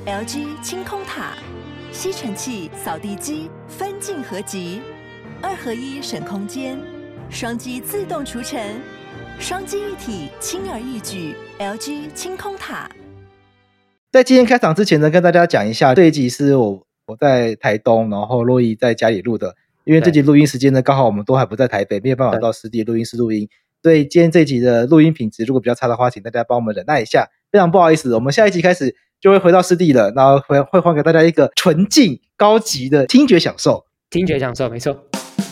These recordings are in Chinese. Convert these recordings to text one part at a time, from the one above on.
LG 清空塔，吸尘器、扫地机分镜合集，2合1省空间，双击自动除尘，双击一体轻而易举。LG 清空塔。 在今天开场之前呢，跟大家讲一下，这一集是我在台东，然后洛伊在家里录的。因为这集录音时间呢，刚好我们都还不在台北，没有办法到实地录音室录音，所以今天这一集的录音品质如果比较差的话，请大家帮我们忍耐一下，非常不好意思。我们下一集开始就会回到实地了，然后会还给大家一个纯净高级的听觉享受。 听觉享受，没错。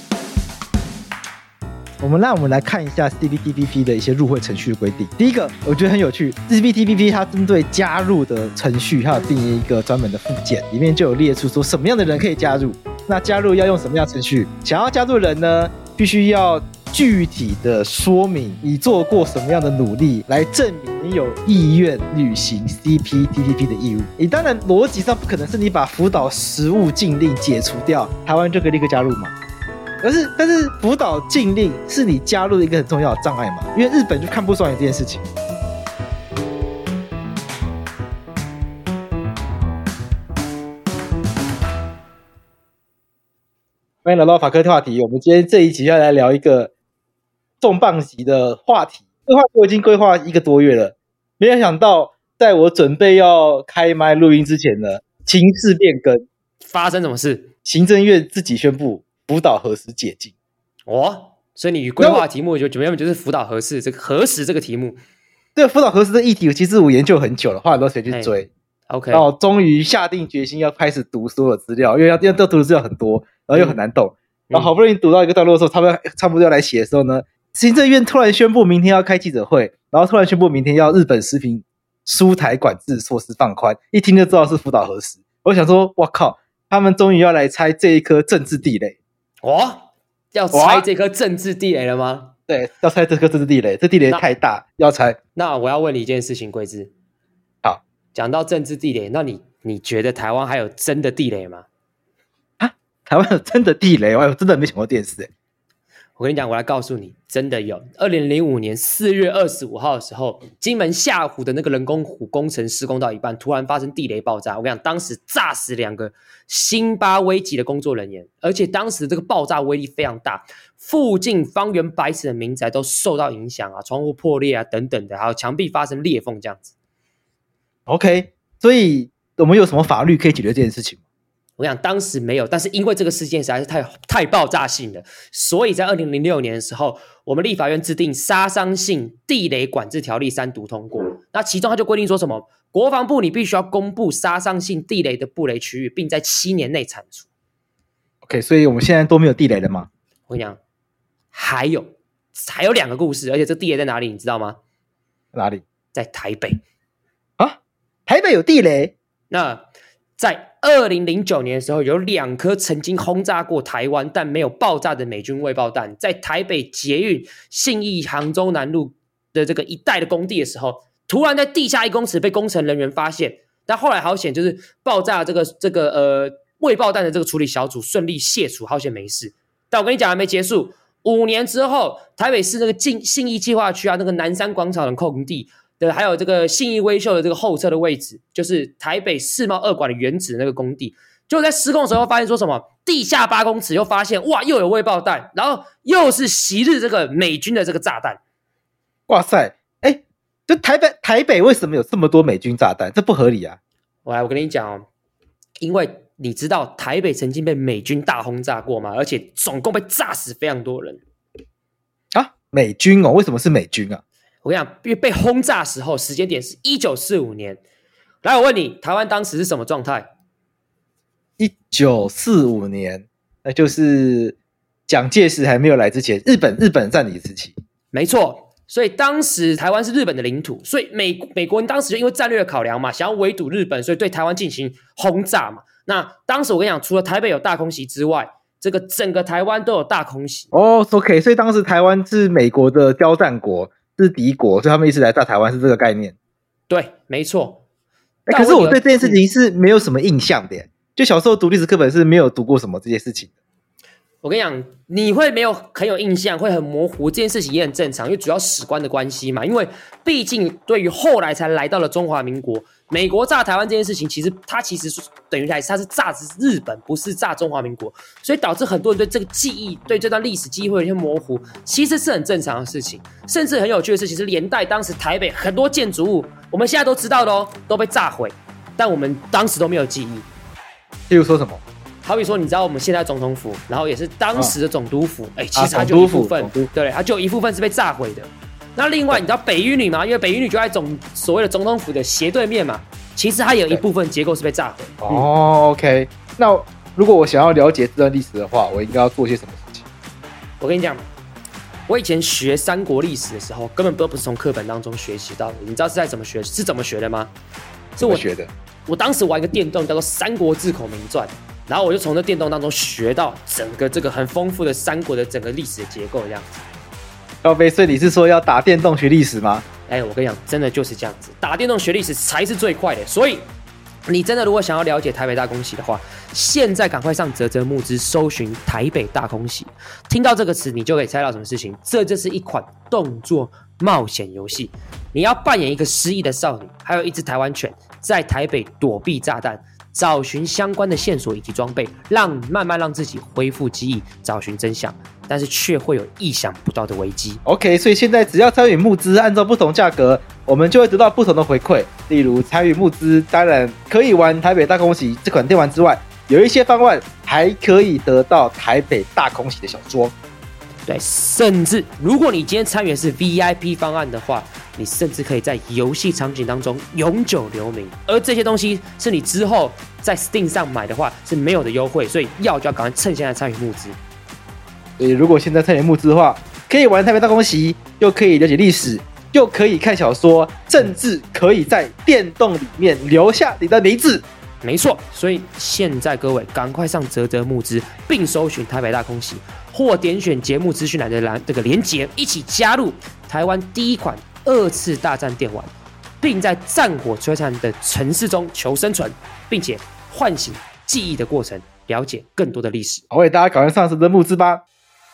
我们来看一下 CPTPP 的一些入会程序的规定。第一个我觉得很有趣， CPTPP 它针对加入的程序它有定义一个专门的附件，里面就有列出说什么样的人可以加入，那加入要用什么样的程序，想要加入的人呢必须要具体的说明你做过什么样的努力来证明你有意愿履行 CPTPP 的义务。你当然逻辑上不可能是你把辅导实务禁令解除掉，台湾就可以立刻加入嘛，但是辅导禁令是你加入的一个很重要的障碍嘛，因为日本就看不爽你这件事情。欢迎来到法科话题，我们今天这一集要来聊一个重磅级的话题。这个话题我已经规划1个多月了，没有想到在我准备要开麦录音之前呢，情势变更。 发生什么事？行政院自己宣布福岛核食解禁。 所以你规划题目原本就是福岛核食这个核食这个题目。对， 福岛核食的议题其实我研究很久了，花很多时间去追。 OK， 然后终于下定决心要开始读所有资料，因为要读的资料很多，然后又很难懂。然后好不容易读到一个段落的时候，差不多要来写的时候呢，行政院突然宣布明天要开记者会，然后突然宣布明天要日本食品输台管制措施放宽，一听就知道是福岛核食。我想说，哇靠，他们终于要来拆这一颗政治地雷。 要拆这颗政治地雷了吗？ 对，要拆这颗政治地雷，这地雷太大，要拆。 那我要问你一件事情，桂枝。 好， 讲到政治地雷，那你觉得台湾还有真的地雷吗？ 台湾有真的地雷？我真的没想过电视。 我跟你讲，我来告诉你，真的有。2005年4月25号的时候，金门下湖的那个人工湖工程施工到一半，突然发生地雷爆炸。我跟你讲，当时炸死2个辛巴危急的工作人员，而且当时这个爆炸威力非常大，附近方圆100尺的民宅都受到影响啊，窗户破裂啊等等的，还有墙壁发生裂缝这样子。 OK， 所以我们有什么法律可以解决这件事情吗？ 我想当时没有，但是因为这个事件实在是太爆炸性了，所以在2006年的时候，我们立法院制定杀伤性地雷管制条例3读通过。那其中它就规定说什么，国防部你必须要公布杀伤性地雷的布雷区域，并在7年内铲除。 OK， 所以我们现在都没有地雷了吗？ 我跟你讲，还有2个故事，而且这地雷在哪里你知道吗？ 哪里？ 在台北啊？台北有地雷？ 那在2009年的时候，有2颗曾经轰炸过台湾但没有爆炸的美军未爆弹，在台北捷运信义杭州南路的这个一带的工地的时候，突然在地下1公尺被工程人员发现，但后来好险，就是爆炸这个未爆弹的这个处理小组顺利卸除，好险没事。但我跟你讲还没结束，5年之后，台北市那个信义计划区啊，那个南山广场的空地。还有这个信义威秀的这个后侧的位置，就是台北世贸2馆的原址那个工地，就在施工的时候发现说什么地下8公尺又发现哇又有未爆弹，然后又是昔日这个美军的这个炸弹。 哇塞，就台北为什么有这么多美军炸弹？这不合理啊！ 我跟你讲哦，因为你知道台北曾经被美军大轰炸过吗？而且总共被炸死非常多人啊！美军哦，为什么是美军啊？ 我跟你讲，因为被轰炸时候时间点是1945年。来，我问你，台湾当时是什么状态 ？1945年，那就是蒋介石还没有来之前，日本占领时期。 没错，所以当时台湾是日本的领土，所以美国人当时就因为战略的考量嘛，想要围堵日本，所以对台湾进行轰炸嘛。那当时我跟你讲，除了台北有大空袭之外，这个整个台湾都有大空袭。 OK， 所以当时台湾是美国的交战国。是敌国，所以他们一直来炸台湾，是这个概念。 对，没错。 可是我对这件事情是没有什么印象的耶，就小时候读历史课本是没有读过什么这些事情的。 我跟你讲，你会没有很有印象，会很模糊，这件事情也很正常，因为主要史观的关系嘛。因为毕竟对于后来才来到了中华民国，美国炸台湾这件事情，它其实等于它是炸日本，不是炸中华民国，所以导致很多人对这个记忆，对这段历史记忆会有一些模糊，其实是很正常的事情。甚至很有趣的事情是，连带当时台北很多建筑物，我们现在都知道的哦，都被炸毁，但我们当时都没有记忆。 例如说什么？ 好比说，你知道我们现在总统府，然后也是当时的总督府，其实它就有一部分，对，它就有一部分是被炸毁的。那另外，你知道北一女吗？因为北一女就在所谓的总统府的斜对面嘛，其实它有一部分结构是被炸毁。 OK。那如果我想要了解这段历史的话，我应该要做些什么事情？ 我跟你讲，我以前学三国历史的时候，根本都不是从课本当中学习到的。你知道是怎么学的吗？ 是我学的。 我当时玩一个电动叫做《三国志口名传》。然后我就从这电动当中学到整个这个很丰富的三国的整个历史的结构这样子。 所以你是说要打电动学历史吗？ 我跟你讲，真的就是这样子，打电动学历史才是最快的。所以你真的如果想要了解台北大空袭的话，现在赶快上嘖嘖募资搜寻台北大空袭，听到这个词你就可以猜到什么事情，这就是一款动作冒险游戏。你要扮演一个失忆的少女，还有一只台湾犬，在台北躲避炸弹，找寻相关的线索以及装备，慢慢让自己恢复记忆，找寻真相，但是却会有意想不到的危机。 OK， 所以现在只要参与募资，按照不同价格，我们就会得到不同的回馈。例如参与募资，当然可以玩台北大空袭这款电玩之外，有一些方案还可以得到台北大空袭的小装。 对，甚至如果你今天参与的是 VIP 方案的话，你甚至可以在游戏场景当中永久留名，而这些东西是你之后在 Steam 上买的话是没有的优惠，所以就要赶快趁现在参与募资。 所以如果现在参与募资的话，可以玩台北大空袭，又可以了解历史，又可以看小说，甚至可以在电动里面留下你的名字。 没错，所以现在各位赶快上嘖嘖募资，并搜寻台北大空袭，或点选节目资讯栏的这个连结，一起加入台湾第一款2次大战电玩，并在战火摧残的城市中求生存，并且唤醒记忆的过程，了解更多的历史。 好，大家赶快上嘖嘖募资吧。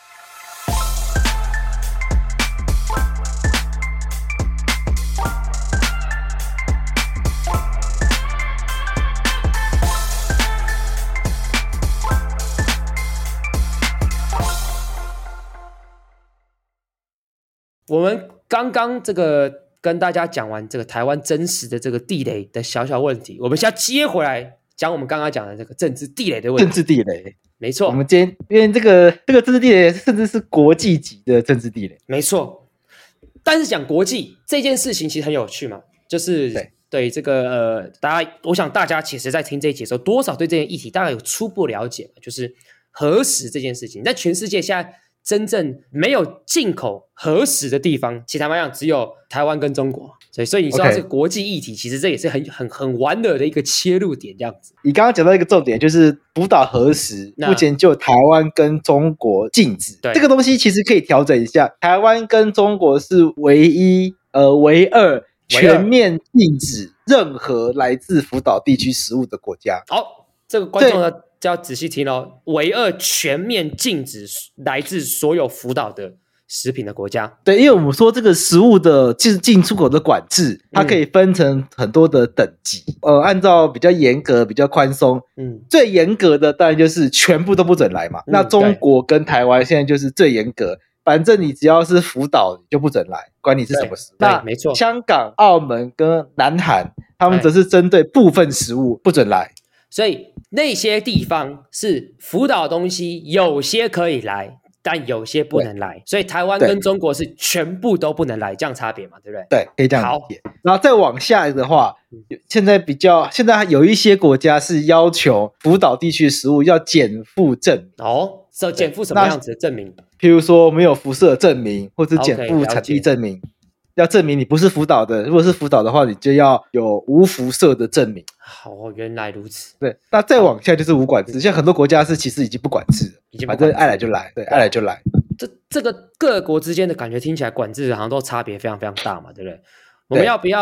我们刚刚这个跟大家讲完这个台湾真实的这个地雷的小问题，我们现在接回来讲我们刚刚讲的这个政治地雷的问题。 政治地雷， 没错。我们今天因为这个政治地雷甚至是国际级的政治地雷， 没错。但是讲国际这件事情其实很有趣嘛，就是对这个我想大家其实在听这一集的时候，多少对这件议题大概有初步了解，就是核食这件事情，在全世界现在真正没有进口核食的地方，其实坦白讲只有台湾跟中国，所以你说这个国际议题，其实这也是很玩的一个切入点，这样子。 你刚刚讲到一个重点，就是福岛核食，目前就台湾跟中国禁止。这个东西其实可以调整一下，台湾跟中国是唯二全面禁止任何来自福岛地区食物的国家。 好，这个观众呢就要仔细听哦，唯二全面禁止来自所有福岛的食品的国家。 对，因为我们说这个食物的进出口的管制，它可以分成很多的等级。按照比较严格、比较宽松，最严格的当然就是全部都不准来嘛。那中国跟台湾现在就是最严格，反正你只要是福岛你就不准来，管你是什么食物。那没错， 香港、澳门跟南韩，他们则是针对部分食物不准来。 所以那些地方是福岛的东西，有些可以来，但有些不能来。所以台湾跟中国是全部都不能来，这样差别嘛，对不对？ 对，可以这样理解。然后再往下的话，现在有一些国家是要求福岛地区的食物要减负证明。 哦，减负什么样子的证明？ 譬如说没有辐射证明，或者减负产地证明。要证明你不是福岛的，如果是福岛的话，你就要有无辐射的证明。 好，原来如此。 对，那再往下就是无管制，像很多国家是其实已经不管制了，反正爱来就来，对，爱来就来。 这个各国之间的感觉听起来管制好像都差别非常非常大嘛，对不对？我们要不要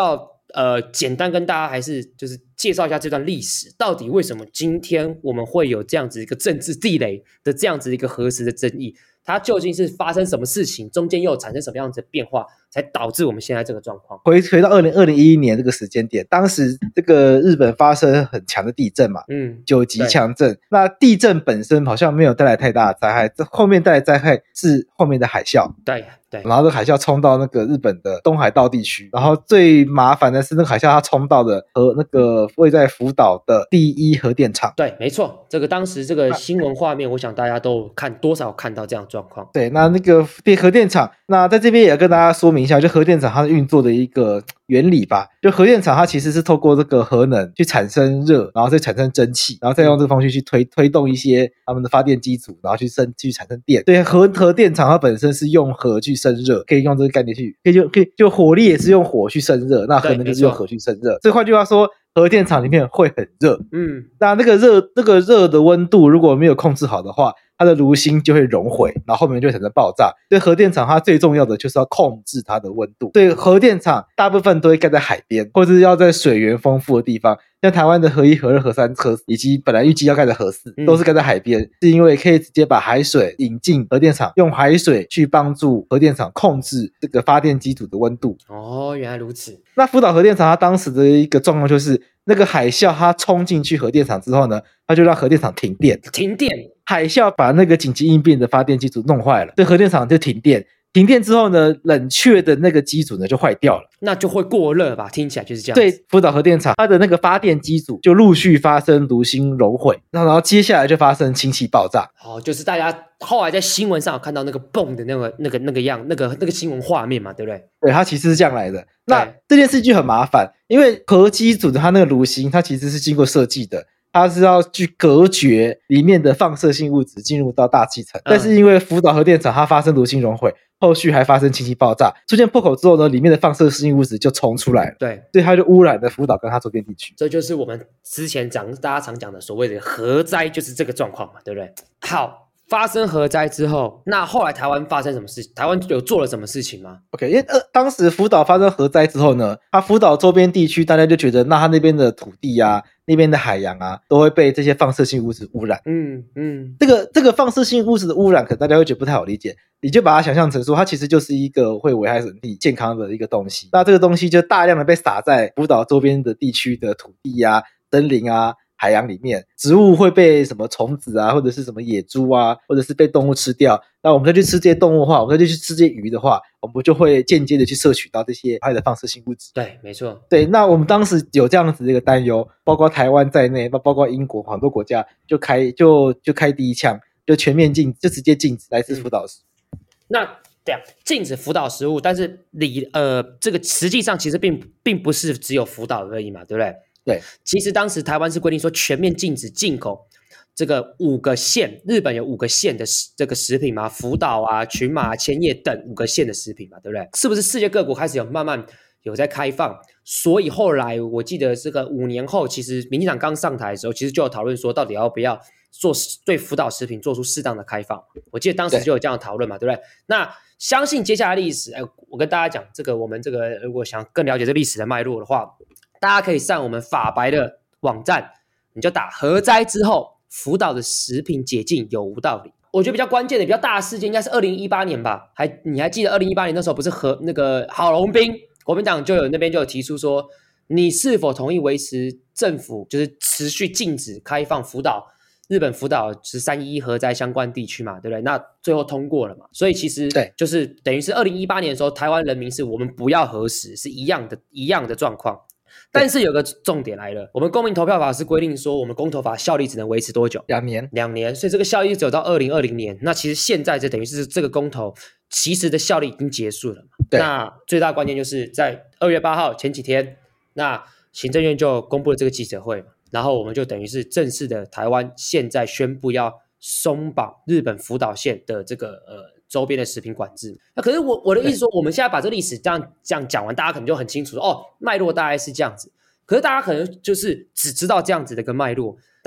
简单跟大家还是就是介绍一下这段历史，到底为什么今天我们会有这样子一个政治地雷的这样子一个核实的争议，它究竟是发生什么事情，中间又产生什么样子的变化，才导致我们现在这个状况。 回到2011年这个时间点，当时这个日本发生很强的地震嘛，9级强震。那地震本身好像没有带来太大的灾害，这后面带来灾害是后面的海啸。 对， 然后这个海啸冲到那个日本的东海道地区，然后最麻烦的是那个海啸它冲到的那个位在福岛的第一核电厂。 对，没错，这个当时这个新闻画面，我想大家都多少看到这样的状况。 对，那个核电厂，那在这边也要跟大家说明一下，就核电厂它运作的一个原理吧。就核电厂它其实是透过这个核能去产生热，然后再产生蒸汽，然后再用这个方式去推动一些他们的发电机组，然后去产生电。对，核电厂它本身是用核去生热，可以用这个概念去，就火力也是用火去生热，那核能就是用核去生热。所以换句话说，核电厂里面会很热，那那个热的温度如果没有控制好的话，它的炉芯就会熔毁，然后后面就会产生爆炸。所以核电厂它最重要的就是要控制它的温度。所以核电厂大部分都会盖在海边，或者是要在水源丰富的地方，像台湾的核1、核2、核3、以及本来预计要盖的核4，都是盖在海边，是因为可以直接把海水引进核电厂，用海水去帮助核电厂控制这个发电机组的温度。 哦，原来如此。 那福岛核电厂它当时的一个状况就是，那个海啸它冲进去核电厂之后呢，它就让核电厂停电。海啸把那个紧急应变的发电机组弄坏了，对，核电厂就停电。停电之后呢，冷却的那个机组呢就坏掉了， 那就会过热吧？听起来就是这样子。 对，福岛核电厂它的那个发电机组就陆续发生炉芯熔毁，然后接下来就发生氢气爆炸。 就是大家后来在新闻上有看到那个蹦的那个新闻画面嘛，对不对？ 对，它其实是这样来的。那这件事就很麻烦，因为核机组的它那个炉芯，它其实是经过设计的。它是要去隔绝里面的放射性物质进入到大气层，但是因为福岛核电厂它发生炉芯熔毁，后续还发生氢气爆炸，出现破口之后呢，里面的放射性物质就冲出来了， 对， 所以它就污染了福岛跟它周边地区。 这就是我们之前大家常讲的所谓的核灾，就是这个状况嘛，对不对？好，发生核灾之后，那后来台湾发生什么事情？台湾有做了什么事情吗 ？OK， 因为当时福岛发生核灾之后呢，它福岛周边地区大家就觉得，那它那边的土地啊，那边的海洋啊，都会被这些放射性物质污染。这个放射性物质的污染，可能大家会觉得不太好理解，你就把它想象成说，它其实就是一个会危害人体健康的一个东西。那这个东西就大量的被撒在福岛周边的地区的土地啊、森林啊、海洋里面，植物会被什么虫子啊，或者是什么野猪啊，或者是被动物吃掉。那我们再去吃这些动物的话，我们再去吃这些鱼的话，我们就会间接的去摄取到这些害的放射性物质。 对，没错。 对，那我们当时有这样子的一个担忧，包括台湾在内，包括英国很多国家就开第一枪，就全面就直接禁止来自福岛食物。 那对啊，禁止福岛食物，但是这个实际上其实并不是只有福岛而已嘛，对不对？ 对， 其实当时台湾是规定说全面禁止进口这个5个县，日本有5个县的这个食品嘛，福岛啊、群马、千叶等5个县的食品嘛，对不对？是不是世界各国开始慢慢有在开放？所以后来我记得这个5年后，其实民进党刚上台的时候，其实就有讨论说，到底要不要对福岛食品做出适当的开放？我记得当时就有这样的讨论嘛，对不对？那相信接下来历史，我跟大家讲，我们这个如果想更了解这历史的脉络的话，大家可以上我们法白的网站，你就打核灾之后福岛的食品解禁有无道理。我觉得比较关键的、比较大的事件应该是2018年吧？你还记得2018年那时候不是那个郝龙斌国民党那边就有提出说，你是否同意维持政府就是持续禁止开放日本福岛311核灾相关地区嘛，对不对？那最后通过了嘛，所以其实就是等于是2018年的时候，台湾人民是我们不要核食，是一样的状况。但是有个重点来了，我们公民投票法是规定说，我们公投法效力只能维持多久？2年，所以这个效力只有到2020年。那其实现在就等于是这个公投其实的效力已经结束了嘛。那最大关键就是在2月8号前几天，那行政院就公布了这个记者会嘛，然后我们就等于是正式的台湾现在宣布要松绑日本福岛县的这个周边的食品管制。那可是我的意思说，我们现在把这个历史这样讲完，大家可能就很清楚脉络大概是这样子。可是大家可能就是只知道这样子的一个脉络，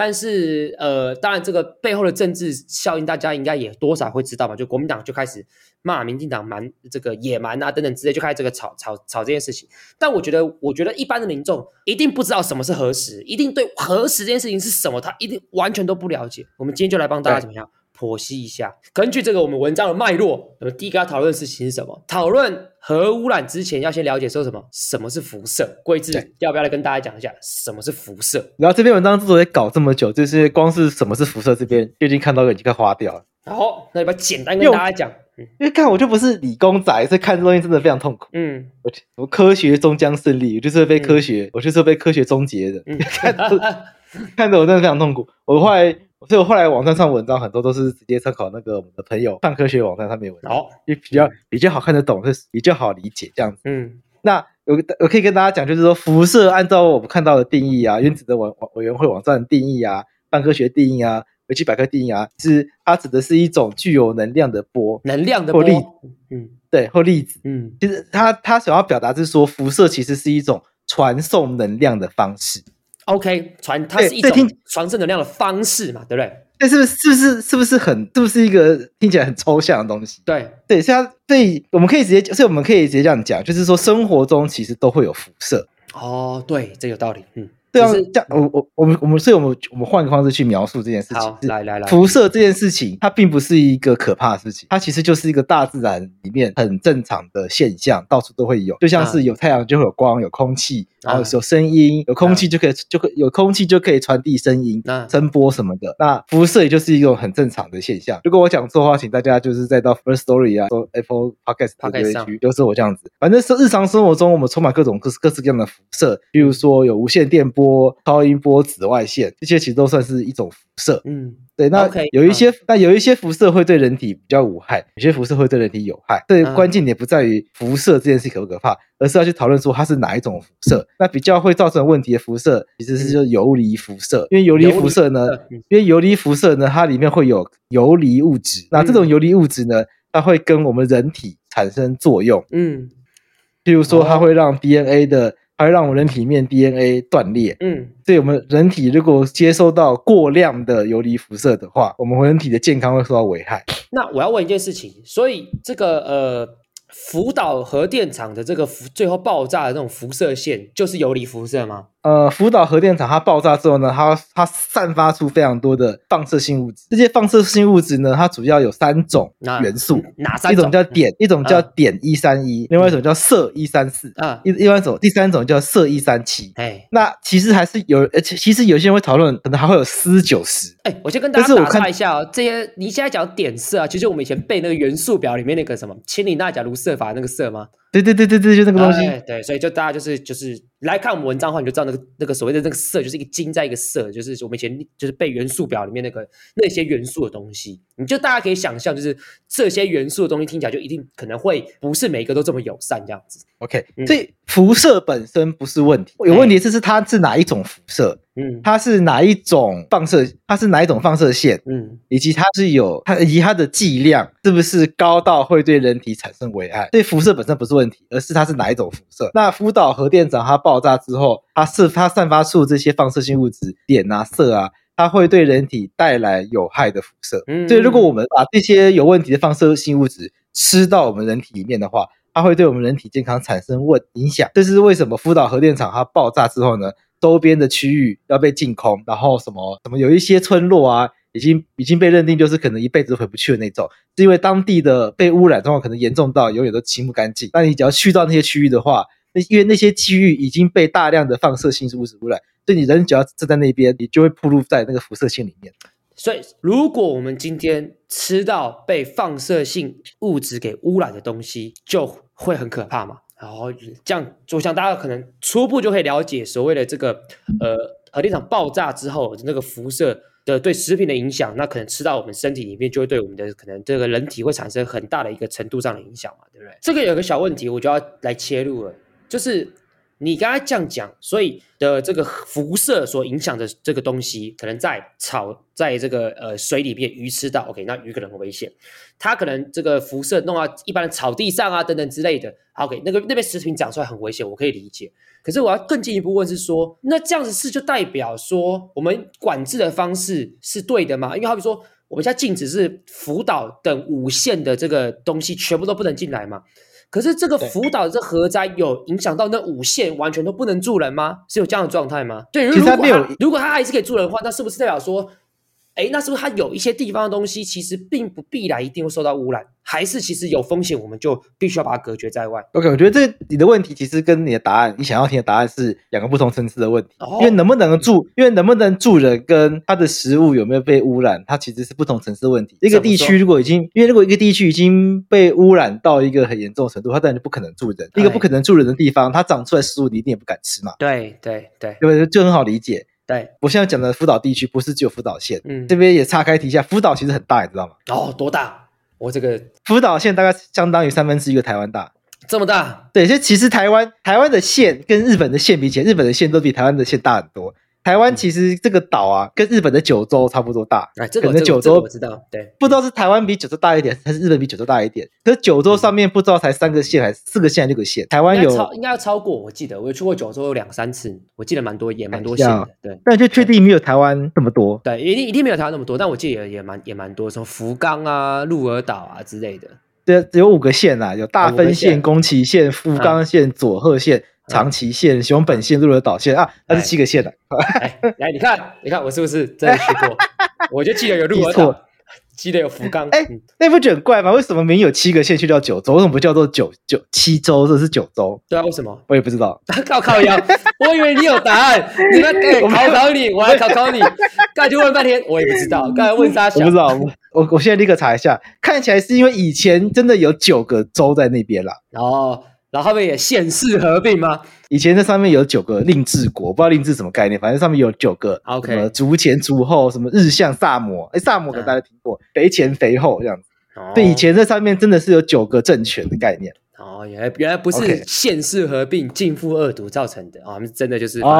但是当然这个背后的政治效应，大家应该也多少会知道嘛。就国民党就开始骂民进党这个野蛮啊等等之类，就开始这个吵这件事情。但我觉得一般的民众一定不知道什么是核食，一定对核食这件事情是什么，他一定完全都不了解。我们今天就来帮大家怎么样剖析一下。根据这个我们文章的脉络，我们第一个要讨论的事情是什么？讨论核污染之前要先了解说什么是辐射。桂智要不要来跟大家讲一下什么是辐射？ 然后这篇文章之所以搞这么久，就是光是什么是辐射这边就已经看到已经快花掉了。 好，那要不要简单跟大家讲？ 因为看我就不是理工仔，所以看这东西真的非常痛苦。我科学终将胜利，我就是会被科学，我就是会被科学终结的。看着我真的非常痛苦。所以我后来网站上文章很多都是直接参考那个我们的朋友泛科学网站上面文章，就比较好看得懂，是比较好理解这样子。那我可以跟大家讲，就是说辐射按照我们看到的定义啊，原子的委员会网站的定义啊，泛科学定义啊，维基百科定义啊，是它指的是一种具有能量的波，或粒子，对，或粒子。其实它想要表达是说，辐射其实是一种传送能量的方式。 OK， 它是一种传送能量的方式嘛，对不对？ 对，是不是一个听起来很抽象的东西？对，所以我们可以直接这样讲，就是说生活中其实都会有辐射。 哦，对，这有道理。 对啊，这样我们换个方式去描述这件事情。 好，来， 辐射这件事情，它并不是一个可怕的事情，它其实就是一个大自然里面很正常的现象，到处都会有。就像是有太阳就会有光，有空气，然后有声音，有空气就可以传递声音、声波什么的。那辐射也就是一种很正常的现象。如果我讲错的话，请大家就是再到 First Story 啊、Apple Podcast 的留言区，就是我这样子。反正是日常生活中我们充满各式各样的辐射，比如说有无线电波、超音波、紫外线，这些其实都算是一种辐射。对，那有一些辐射会对人体比较无害，有些辐射会对人体有害。所以关键点不在于辐射这件事可不可怕，而是要去讨论说它是哪一种辐射。那比较会造成问题的辐射其实是游离辐射，因为游离辐射呢，它里面会有游离物质。那这种游离物质呢，它会跟我们人体产生作用。譬如说它会让 DNA 的还会让我们人体里面 DNA 断裂。所以我们人体如果接收到过量的游离辐射的话，我们人体的健康会受到危害。 那我要问一件事情，所以这个福岛核电厂的这个最后爆炸的那种辐射线就是游离辐射吗？ 福岛核电厂它爆炸之后呢，它散发出非常多的放射性物质。这些放射性物质呢，它主要有3种元素。 哪3种？ 一种叫碘，一种叫碘131，另外一种叫铯134，第三种叫铯137。那其实还是其实有些人会讨论，可能还会有铯90。 我先跟大家打岔一下这些你现在讲碘铯啊，其实我们以前背那个元素表里面那个什么氢锂钠钾卢铯法那个铯吗？ 对，就那个东西。 对，所以就大家就是来看我们文章的话，你就知道那个所谓的那个铯就是一个金在一个铯，就是我们以前就是背元素表里面那些元素的东西，你就大家可以想象，就是这些元素的东西听起来就一定可能会不是每个都这么友善这样子。 OK，所以辐射本身不是问题，有问题是它是哪一种辐射。它是哪一种放射线，以及它的剂量是不是高到会对人体产生危害。所以辐射本身不是问题，而是它是哪一种辐射。那福岛核电厂它爆炸之后，它散发出这些放射性物质碘啊、铯啊，它会对人体带来有害的辐射。所以如果我们把这些有问题的放射性物质吃到我们人体里面的话，它会对我们人体健康产生影响。这是为什么福岛核电厂它爆炸之后呢，周边的区域要被净空，然后什么有一些村落啊，已经被认定就是可能一辈子都回不去的那种，是因为当地的被污染状况可能严重到永远都清不干净。那你只要去到那些区域的话，因为那些区域已经被大量的放射性物质污染，所以你人只要站在那边，你就会暴露在那个辐射线里面。 所以如果我们今天吃到被放射性物质给污染的东西，就会很可怕嘛。然后这样，我想大家可能初步就可以了解所谓的这个核电厂爆炸之后那个辐射的对食品的影响，那可能吃到我们身体里面就会对我们的可能这个人体会产生很大的一个程度上的影响嘛，对不对？这个有个小问题，我就要来切入了，就是你刚才这样讲，所以的这个辐射所影响的这个东西，可能在这个水里面鱼吃到 ，OK， 那鱼可能很危险。它可能这个辐射弄到一般的草地上啊等等之类的 ，OK， 那边食品长出来很危险，我可以理解。可是我要更进一步问是说，那这样子是就代表说我们管制的方式是对的吗？因为好比说我们现在禁止是福岛等5县的这个东西全部都不能进来嘛。可是这个福岛的这核灾有影响到那5县完全都不能住人吗？是有这样的状态吗？对，如果他还是可以住人的话，那是不是代表说，那是不是他有一些地方的东西其实并不必然一定会受到污染，还是其实有风险，我们就必须要把它隔绝在外 ？OK， 我觉得你的问题其实跟你的答案，你想要听的答案是2个不同层次的问题。因为能不能住人跟它的食物有没有被污染，它其实是不同层次的问题。一个地区如果一个地区已经被污染到一个很严重的程度，它当然就不可能住人。一个不可能住人的地方，它长出来食物你一定也不敢吃嘛。 对， 就很好理解。 对， 我现在讲的福岛地区不是只有福岛县，这边也岔开提一下，福岛其实很大，你知道吗？ 多大？我这个福岛县大概相当于1/3个台湾大， 这么大？ 对，所以其实台湾的县跟日本的县比起来，日本的县都比台湾的县大很多。台湾其实这个岛啊，跟日本的九州差不多大。 这个九州我知道，对， 不知道是台湾比九州大一点，还是日本比九州大一点。可是九州上面不知道才3个县，还是4个县、6个县。台湾应该要超过，我记得我有去过九州有2-3次，我记得蛮多县的。对， 但就确定没有台湾这么多。 对，一定没有台湾那么多，但我记得也蛮多，什么福冈啊、鹿儿岛啊之类的。 对，只有5个县啊，有大分县、宫崎县、福冈县、佐贺县。长崎县、熊本县、鹿儿岛县啊，它是7个县的。 来，你看，我是不是真的去过？我就记得有鹿儿岛，记得有福冈。 那不觉得很怪吗？为什么明明有7个县却叫九州？为什么不叫做7州？这是9州？ 对啊，为什么？ 我也不知道。 靠腰，我以为你有答案。你们考你，我还考你。刚才就问半天，我也不知道。刚才问沙小， 我不知道。我现在立刻查一下，看起来是因为以前真的有9个州在那边啦。 然后他们也县市合并吗？ 以前这上面有9个令制国，不知道令制什么概念，反正上面有9个。 OK， 什么竹前、竹后，什么日向、萨摩，萨摩可能大家听过，肥前、肥后这样子。对，以前这上面真的是有9个政权的概念。 原来不是县市合并尽复恶毒造成的他们真的就是对。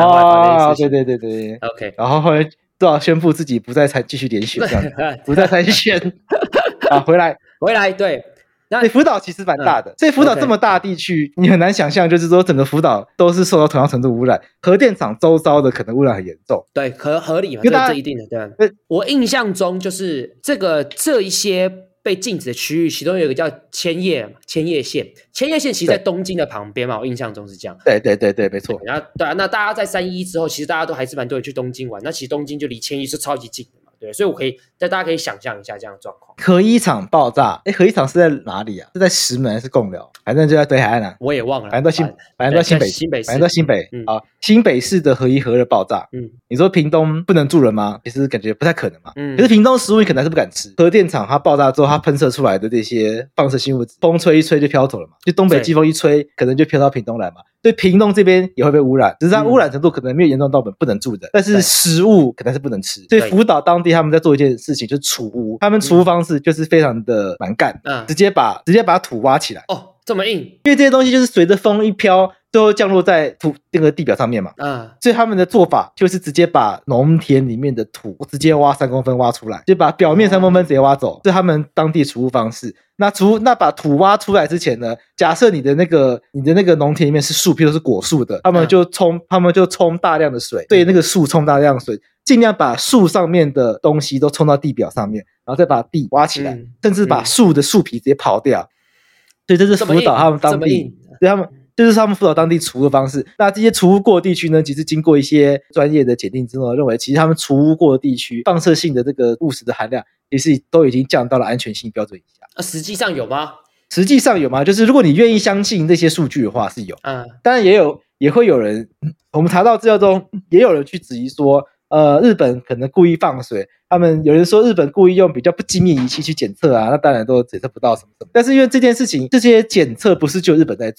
OK， 然后后来都要宣布自己不再继续连选，这样不再参选回来对。 那福岛其实蛮大的，所以福岛这么大的地区，你很难想象，就是说整个福岛都是受到同样程度污染，核电厂周遭的可能污染很严重。 对，合理嘛，这一定的。对，我印象中就是这一些被禁止的区域，其中有一个叫千叶县，千叶县其实在东京的旁边嘛，我印象中是这样。 对，没错。 然后对啊，那大家在3·11之后，其实大家都还是蛮多人去东京玩，那其实东京就离千叶是超级近的。对，所以大家可以想象一下这样的状况。 核一厂爆炸，核一厂是在哪里啊？是在石门还是贡寮？反正就在北海岸啊。 我也忘了， 反正到新北新北市的核一核二爆炸。你说屏东不能住人吗？其实感觉不太可能嘛。可是屏东食物你可能还是不敢吃。核电厂它爆炸之后，它喷射出来的这些放射性物质，风吹一吹就飘走了嘛。就东北季风一吹，可能就飘到屏东来嘛。对，屏东这边也会被污染，只是它污染程度可能没有严重到不能住的，但是食物可能是不能吃。所以福岛当地他们在做一件事情，就是除污。他们除污方式就是非常的蛮干，直接把土挖起来。 这么硬？ 因为这些东西就是随着风一飘，最后降落在那个地表上面嘛。所以他们的做法就是直接把农田里面的土直接挖3公分挖出来，就把表面3公分直接挖走，是他们当地除污方式。那把土挖出来之前呢，假设你的那个农田里面是树，譬如是果树的，他们就冲大量的水，对那个树冲大量的水，尽量把树上面的东西都冲到地表上面，然后再把地挖起来，甚至把树的树皮直接刨掉。所以这是福岛他们当地，就是他们福岛当地除污的方式。那这些除污过的地区呢，其实经过一些专业的检定之后，认为其实他们除污过的地区放射性的这个物质的含量，其实都已经降到了安全性标准以下。 实际上有吗？ 实际上有吗？就是如果你愿意相信这些数据的话，是有。当然也会有人，我们查到资料中也有人去质疑说，日本可能故意放水，他们有人说日本故意用比较不精密仪器去检测啊，那当然都检测不到什么。但是因为这件事情，这些检测不是就日本在做，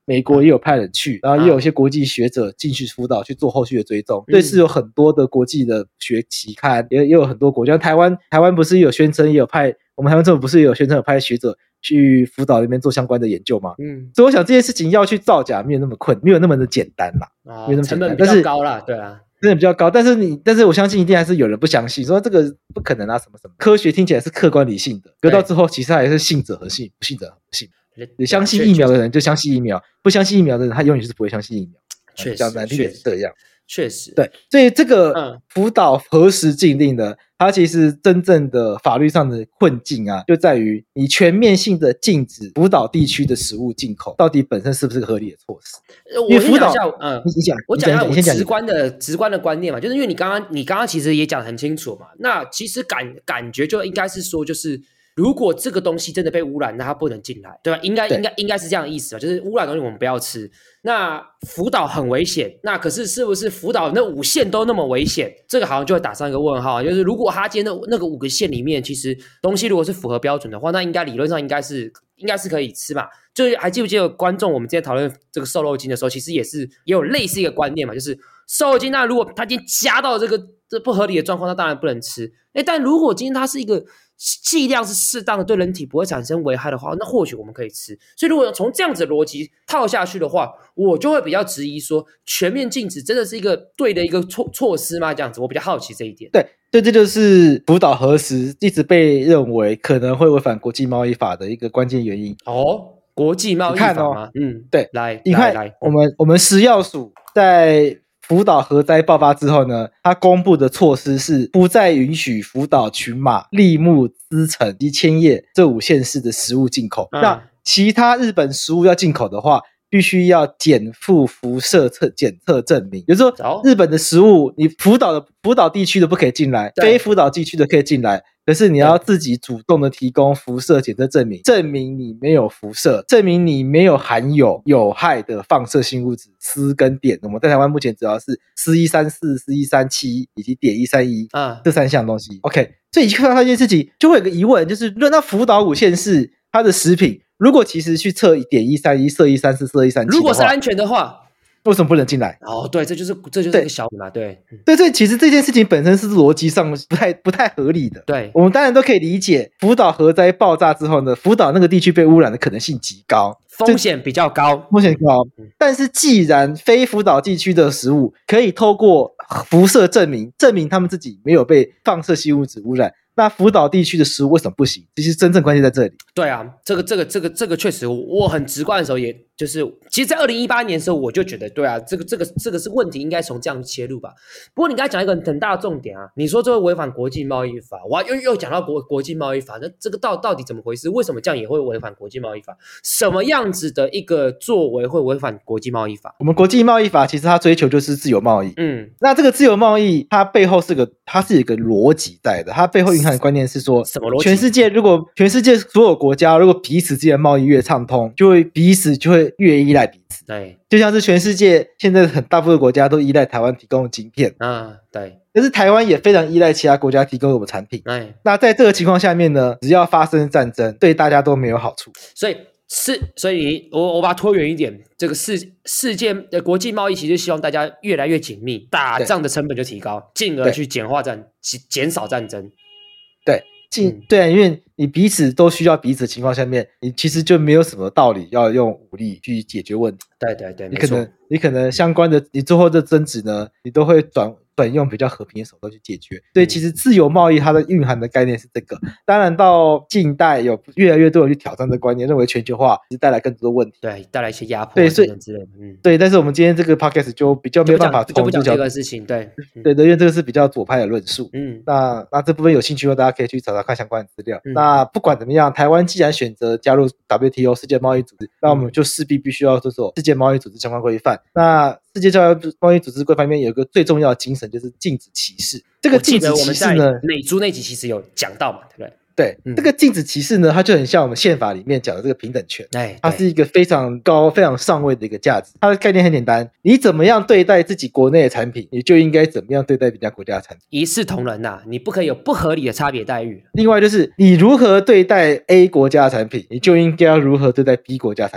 美国也有派人去，然后也有一些国际学者进去辅导去做后续的追踪，对，是有很多的国际的学期刊，也有很多国家，台湾不是有宣称也有派，我们台湾政府不是也有宣称有派学者去辅导那边做相关的研究吗？所以我想这件事情要去造假没有那么的简单啦，没有那么简单， 成本比较高啦，对啊。 真的比较高，但是我相信一定还是有人不相信，说这个不可能啊，什么什么。科学听起来是客观理性的，得到之后其实还是信者恒信，不信者不信。你相信疫苗的人就相信疫苗，不相信疫苗的人他永远是不会相信疫苗。 确实， 讲难听点是这样。 确实， 对，所以这个福岛核实禁令呢，它其实真正的法律上的困境啊，就在于你全面性的禁止福岛地区的食物进口，到底本身是不是个合理的措施？ 我先讲一下，我讲一下我直观的观念嘛，就是因为你刚刚其实也讲得很清楚嘛，那其实感觉就应该是说，就是如果这个东西真的被污染，那它不能进来，对吧？应该是这样的意思吧，就是污染的东西我们不要吃。那福岛很危险，那可是是不是福岛那5县都那么危险？这个好像就会打上一个问号，就是如果它今天那个5个县里面，其实东西如果是符合标准的话，那应该理论上应该是可以吃嘛。就是还记不记得观众我们之前讨论这个瘦肉精的时候，其实也有类似一个观念嘛，就是瘦肉精，那如果它今天加到这不合理的状况，那当然不能吃。但如果今天它是一个剂量是适当的，对人体不会产生危害的话，那或许我们可以吃。所以如果从这样子的逻辑套下去的话，我就会比较质疑说，全面禁止真的是一个对的一个措施吗？这样子，我比较好奇这一点。 对，这就是福岛核实一直被认为可能会违反国际贸易法的一个关键原因。 国际贸易法吗？ 对， 来， 我们食药署在福岛核灾爆发之后呢，它公布的措施是不再允许福岛、群马、櫟木、滋城及千叶这5县市的食物进口。那其他日本食物要进口的话，必须要减负辐射检测证明，也就是说，日本的食物你福岛地区的不可以进来，非福岛地区的可以进来。可是你要自己主动的提供辐射检测证明，证明你没有辐射，证明你没有含有害的放射性物质锶跟碘。我们在台湾目前主要是锶134、锶137以及碘131这3项东西。OK， 所以你看到这件事情，就会有个疑问，就是那福岛5县市它的食品，如果其实去测碘131、铯134、铯137， 如果是安全的话， 为什么不能进来？ 对，这就是一个小嘛，对， 所以其实这件事情本身是逻辑上不太合理的。 对， 我们当然都可以理解，福岛核灾爆炸之后呢，福岛那个地区被污染的可能性极高， 风险比较高。 但是既然非福岛地区的食物可以透过辐射证明他们自己没有被放射性物质污染，那福岛地区的食物为什么不行？其实真正关键在这里。对啊，这个确实，我很直观的时候，也就是其实，在2018年的时候，我就觉得，对啊，这个是问题，应该从这样切入吧。不过你刚才讲一个很大的重点啊，你说这会违反国际贸易法，我又讲到国际贸易法，那这个到底怎么回事？为什么这样也会违反国际贸易法？什么样子的一个作为会违反国际贸易法？ 我们国际贸易法其实它追求就是自由贸易。那这个自由贸易它背后它是有一个逻辑在的，它背后蕴含的观念是说， 什么逻辑？ 全世界所有国家如果彼此之间的贸易越畅通，彼此就会越依赖彼此。 对， 就像是全世界现在很大部分国家都依赖台湾提供的晶片。 对。 但是台湾也非常依赖其他国家提供我们产品。那在这个情况下面呢，只要发生战争，对大家都没有好处。 所以我把它拖远一点，这个世界的国际贸易其实希望大家越来越紧密，打仗的成本就提高，进而去减少战争。 对，因为你彼此都需要彼此的情况下面，你其实就没有什么道理要用武力去解决问题。 对， 你可能相关的你最后的争执呢，你都会转用比较和平的手段去解决。所以其实自由贸易它的蕴含的概念是这个。当然到近代有越来越多人去挑战这个观念，认为全球化其实带来更多的问题， 对，带来一些压迫对， 之类的。 对，但是我们今天这个 podcast 就比较没有办法就不讲这个事情。对， 因为这个是比较左派的论述。那这部分有兴趣的话，大家可以去找看相关的资料。那不管怎么样，台湾既然选择加入 WTO 世界贸易组织，那我们就势必必须要遵守世界贸易组织相关规范。那世界贸易组织规范里面有一个最重要的精神，就是禁止歧视。这个禁止歧视呢， 美猪那集其实有讲到嘛，对不对？ 对，这个禁止歧视呢，它就很像我们宪法里面讲的这个平等权。它是一个非常高、非常上位的一个价值。它的概念很简单，你怎么样对待自己国内的产品，你就应该怎么样对待别家国家的产品， 一视同仁呐，你不可以有不合理的差别待遇。 另外就是你如何对待 A 国家的产品，你就应该要如何对待 B 国家的产品。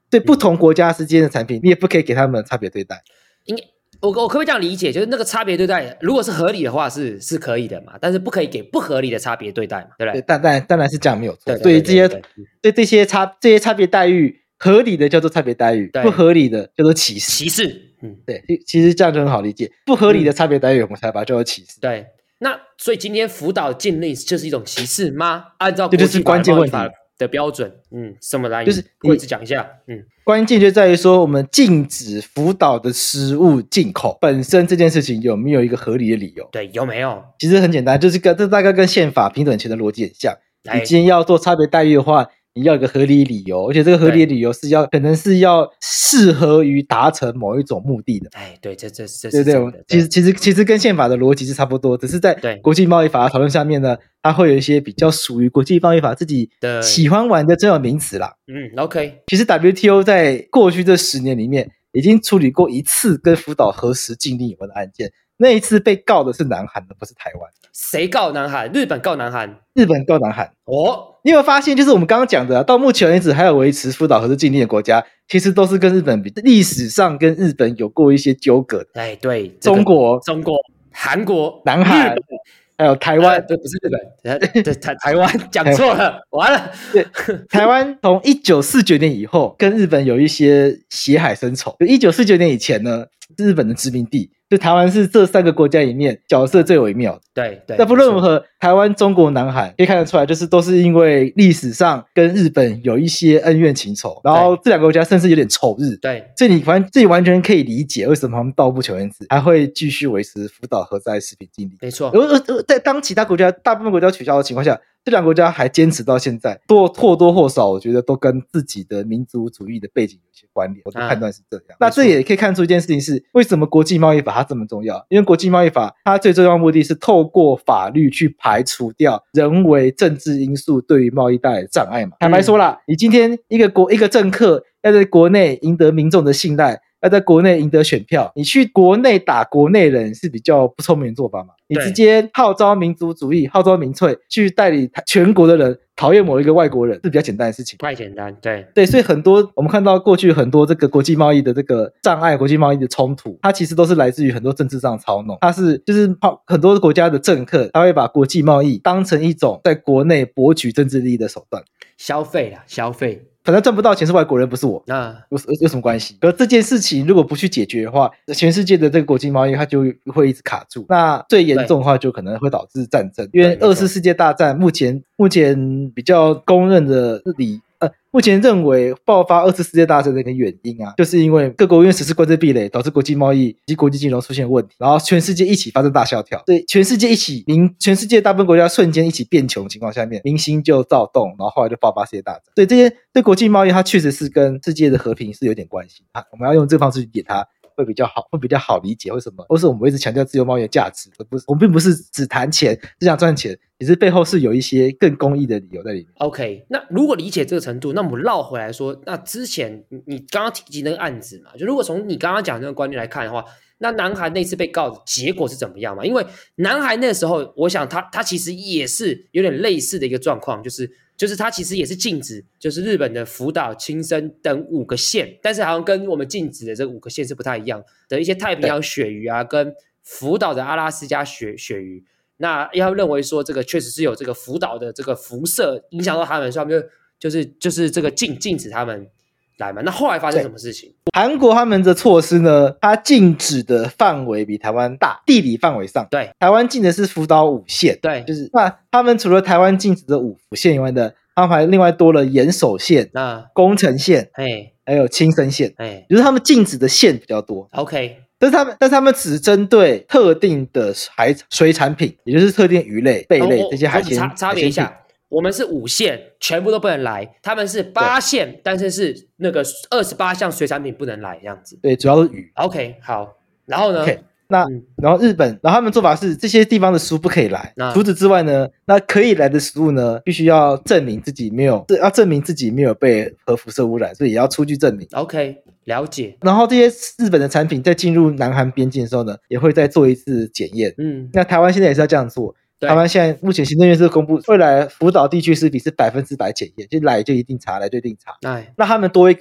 对不同国家之间的产品，你也不可以给他们差别对待。 应该我可不可以这样理解？就是那个差别对待，如果是合理的话是可以的嘛，但是不可以给不合理的差别对待嘛，对不对？ 对，当然是这样没有错。 对这些差别待遇，合理的叫做差别待遇，不合理的叫做歧视。 歧视， 对，其实这样就很好理解。不合理的差别待遇，我们才把它叫做歧视。 对，那所以今天福岛禁令就是一种歧视吗？按照这就是关键问题的标准，什么来？ 就是位置讲一下， 关键就在于说，我们禁止福岛的食物进口本身这件事情有没有一个合理的理由？ 对，有没有？ 其实很简单，这大概跟宪法平等权的逻辑很像。你今天要做差别待遇的话，你要有个合理理由，而且这个合理的理由是可能是要适合于达成某一种目的的。 对，这是对对，其实跟宪法的逻辑是差不多，只是在国际贸易法的讨论下面呢，它会有一些比较属于国际贸易法自己喜欢玩的专有名词啦。 OK。 其实 WTO 在过去这10年里面已经处理过一次跟福岛核实禁令有关的案件，那一次被告的是南韩，不是台湾。 谁告南韩？日本告南韩。 日本告南韩。你有没有发现，就是我们刚刚讲的，到目前为止还有维持福岛核实禁令的国家，其实都是跟日本历史上跟日本有过一些纠葛的。 对， 中国、 韩国、 南韩，还有台湾。 不是日本，台湾讲错了，完了。 对，台湾从1949年以后跟日本有一些血海深仇。1949年以前呢，是日本的殖民地。就台湾是这3个国家里面角色最微妙的。 对。 但不论如何，台湾、中国、南韩可以看得出来，就是都是因为历史上跟日本有一些恩怨情仇，然后这2个国家甚至有点仇日。 对， 所以你完全可以理解为什么他们到目前为止还会继续维持福岛核灾食品禁令。 没错。 在当其他国家大部分国家取消的情况下，这2个国家还坚持到现在，或多或少我觉得都跟自己的民族主义的背景有些关联。我的判断是这样。那这也可以看出一件事情是，为什么国际贸易法它这么重要？因为国际贸易法它最重要的目的是透过法律去排除掉人为政治因素对于贸易带来的障碍嘛。坦白说啦，你今天一个政客要在国内赢得民众的信赖，要在国内赢得选票，你去国内打国内人是比较不聪明的做法嘛？你直接号召民族主义，号召民粹，去带领全国的人讨厌某一个外国人，是比较简单的事情。 太简单， 对，所以我们看到过去很多这个国际贸易的这个障碍，国际贸易的冲突，它其实都是来自于很多政治上的操弄。就是很多国家的政客，他会把国际贸易当成一种在国内博取政治利益的手段， 消费。 反正赚不到钱是外国人，不是我，有什么关系？可这件事情如果不去解决的话，全世界的这个国际贸易它就会一直卡住。那最严重的话，就可能会导致战争。因为2次世界大战目前比较公认的目前认为爆发2次世界大战的一个原因啊，就是因为各国因为实施关税壁垒，导致国际贸易及国际金融出现问题，然后全世界一起发生大萧条，对，全世界大部分国家瞬间一起变穷的情况下面，民心就躁动，然后后来就爆发世界大战。所以这些对国际贸易它确实是跟世界的和平是有点关系。我们要用这个方式去解它，会比较好理解为什么我们一直强调自由贸易的价值，我们并不是只谈钱，只想赚钱，其实背后是有一些更公益的理由在里面。 OK， 那如果理解这个程度，那我们绕回来说，那之前你刚刚提及那个案子嘛，就如果从你刚刚讲那个观念来看的话，那南韩那次被告的结果是怎么样嘛？因为南韩那时候，我想他其实也是有点类似的一个状况，就是他其实也是禁止，就是日本的福岛、青森等5个县，但是好像跟我们禁止的这5个县是不太一样的一些太平洋鳕鱼啊，跟福岛的阿拉斯加鳕鱼。那要认为说这个确实是有这个福岛的这个辐射影响到他们，所以他们就是这个禁止他们来嘛。那后来发生什么事情？ 韩国他们的措施呢，它禁止的范围比台湾大，地理范围上， 对， 台湾禁的是福岛5县， 对， 就是那他们除了台湾禁止的5府县以外的，他们还另外多了岩手县、宫城县，还有青森县，就是他们禁止的县比较多。 OK。 但是他们只针对特定的水产品，也就是特定鱼类、贝类这些海鲜。 差别一下，我们是5县全部都不能来，他们是8县，但是那个28项水产品不能来这样子。 对，主要是鱼。 OK， 好，然后呢？ Okay， 然后日本，然后他们做法是这些地方的食物不可以来，除此之外呢，那可以来的食物呢，必须要证明自己没有被核辐射污染，所以也要出具证明。 OK。了解。 然后这些日本的产品在进入南韩边境的时候呢，也会再做一次检验。那台湾现在也是要这样做。台湾现在目前行政院是公布，未来福岛地区食品是100%检验，就来就一定查，来就一定查。那他们多一个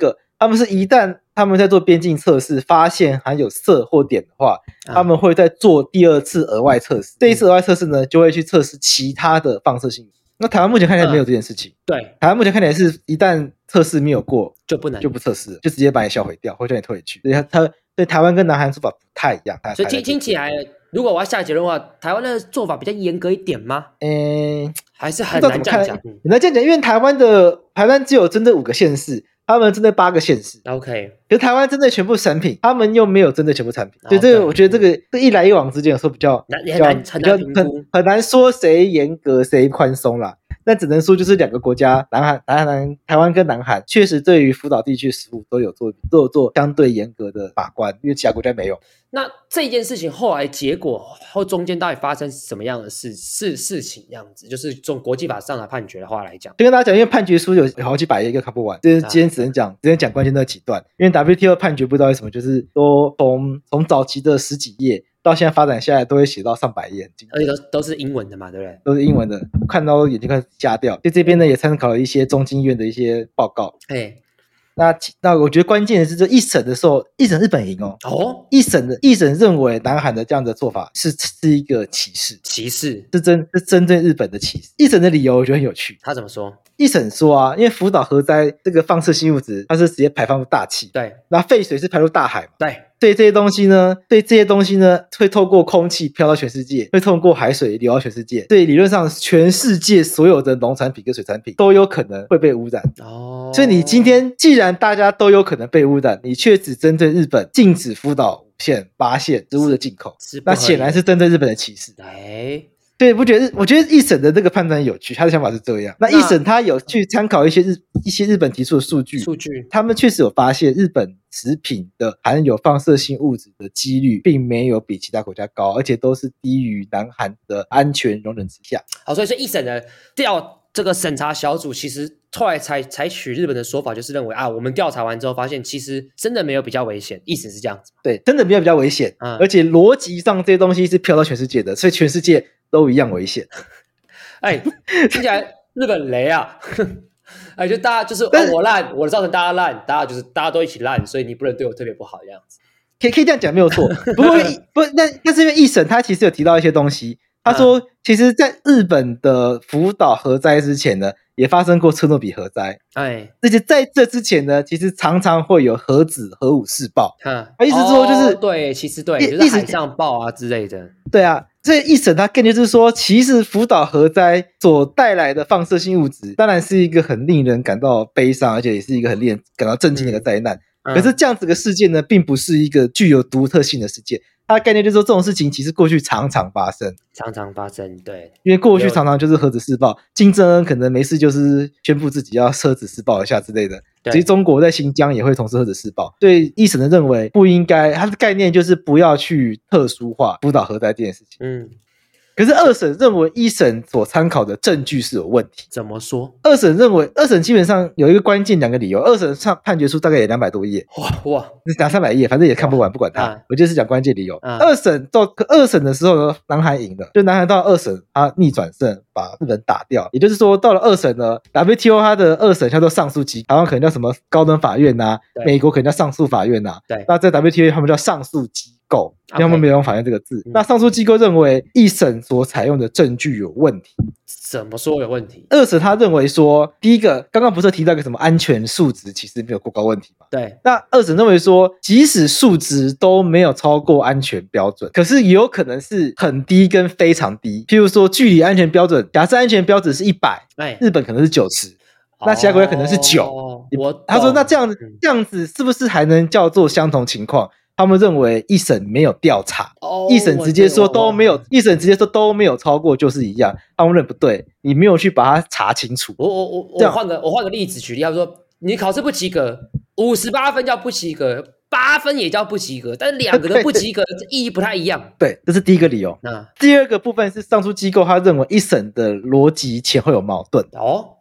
他们是一旦他们在做边境测试发现含有铯或碘的话，他们会再做第二次额外测试，这一次额外测试呢就会去测试其他的放射性。那台湾目前看起来没有这件事情， 对， 台湾目前看起来是一旦测试没有过就不测试了，就直接把你销毁掉或者你退回去，所以对台湾跟南韩做法不太一样。 所以听起来，如果我要下结论的话，台湾的做法比较严格一点吗？还是很难这样讲。 很难这样讲，因为台湾只有针对5个县市，他们针对8个县市。 OK， 可是台湾针对全部产品，他们又没有针对全部产品，所以这个我觉得这一来一往之间有时候比较很难说谁严格谁宽松啦。那只能说就是2个国家，台湾跟南韩确实对于福岛地区食物都有做相对严格的把关，因为其他国家没有。 那这件事情后来结果后中间到底发生什么样的事情样子？就是从国际法上的判决的话来讲， 就跟大家讲，因为判决书有好几百页，一个看不完。今天只能讲关键那几段，因为 WTO 判决不知道为什么，就是都从早期的10几页。到现在发展下来都会写到上百页， 而且都是英文的嘛，对不对？ 都是英文的，我看到眼睛快瞎掉。就这边呢也参考了一些中经院的一些报告。那我觉得关键的是，这一审的时候，一审日本赢哦。一审认为南韩的这样的做法是一个歧视，是针对日本的歧视。一审的理由我觉得很有趣， 他怎么说？ 一审说啊，因为福岛核灾这个放射性物质，它是直接排放入大气， 对， 那废水是排入大海嘛， 对。 对这些东西呢，会透过空气飘到全世界，会透过海水流到全世界。对，理论上全世界所有的农产品跟水产品都有可能会被污染。所以你今天既然大家都有可能被污染，你却只针对日本禁止福岛5县8县植物的进口，那显然是针对日本的歧视。对，我觉得一审的这个判断有趣，他的想法是这样。那一审他有去参考一些日本提出的数据，他们确实有发现日本食品的含有放射性物质的几率并没有比其他国家高，而且都是低于南韩的安全容忍之下。 好，所以一审的这个审查小组其实后来采取日本的说法，就是认为我们调查完之后发现其实真的没有比较危险，意思是这样子。对， 真的没有比较危险，而且逻辑上这些东西是飘到全世界的，所以全世界都一样危险。 听起来日本雷啊！就大家就是我烂，我造成大家烂，大家都一起烂，所以你不能对我特别不好这样子。 可以这样讲没有错。不过那是因为一审他其实有提到一些东西，他说其实在日本的福岛核灾之前呢，也发生过车诺比核灾。而且在这之前呢，其实常常会有核子核武试爆。意思说就是对，其实对，就是海上爆啊之类的。 对啊。所以一审他更就是说，其实福岛核灾所带来的放射性物质，当然是一个很令人感到悲伤，而且也是一个很令人感到震惊的一个灾难。可是这样子的事件呢，并不是一个具有独特性的事件。它的概念就是说，这种事情其实过去常常发生， 对， 因为过去常常就是核子试爆，金正恩可能没事就是宣布自己要核子试爆一下之类的。其实中国在新疆也会同时核子试爆。对一审的认为不应该，它的概念就是不要去特殊化福岛核灾这件事情。可是二审认为一审所参考的证据是有问题。 怎么说？ 二审基本上有一个关键2个理由。二审上判决书大概也200多页， 哇， 讲300页，反正也看不完，不管它。我就是讲关键理由。二审的时候呢，南韩赢了，就南韩到2审他逆转胜，把日本打掉。也就是说，到了2审呢 ，WTO 它的2审叫做上诉机，台湾可能叫什么高等法院啊，美国可能叫上诉法院啊。那在 WTO 他们叫上诉机构，他们没有用法院这个字。那上诉机构认为一审所采用的证据有问题。 怎么说有问题？ 二审他认为说，第一个，刚刚不是提到一个什么安全数值其实没有过高问题嘛？ 对。 那二审认为说，即使数值都没有超过安全标准，可是也有可能是很低跟非常低。譬如说，距离安全标准，假设安全标准是100，日本可能是90，那其他国家可能是9。他说，那这样子是不是还能叫做相同情况？他们认为一审没有调查，一审直接说都没有，一审直接说都没有超过就是一样。他们认不对，你没有去把它查清楚。 我换个例子举例，他说你考试不及格，58分叫不及格，8分也叫不及格，但是2个都不及格，意义不太一样。 对，这是第一个理由。第二个部分是上诉机构他认为一审的逻辑前后有矛盾。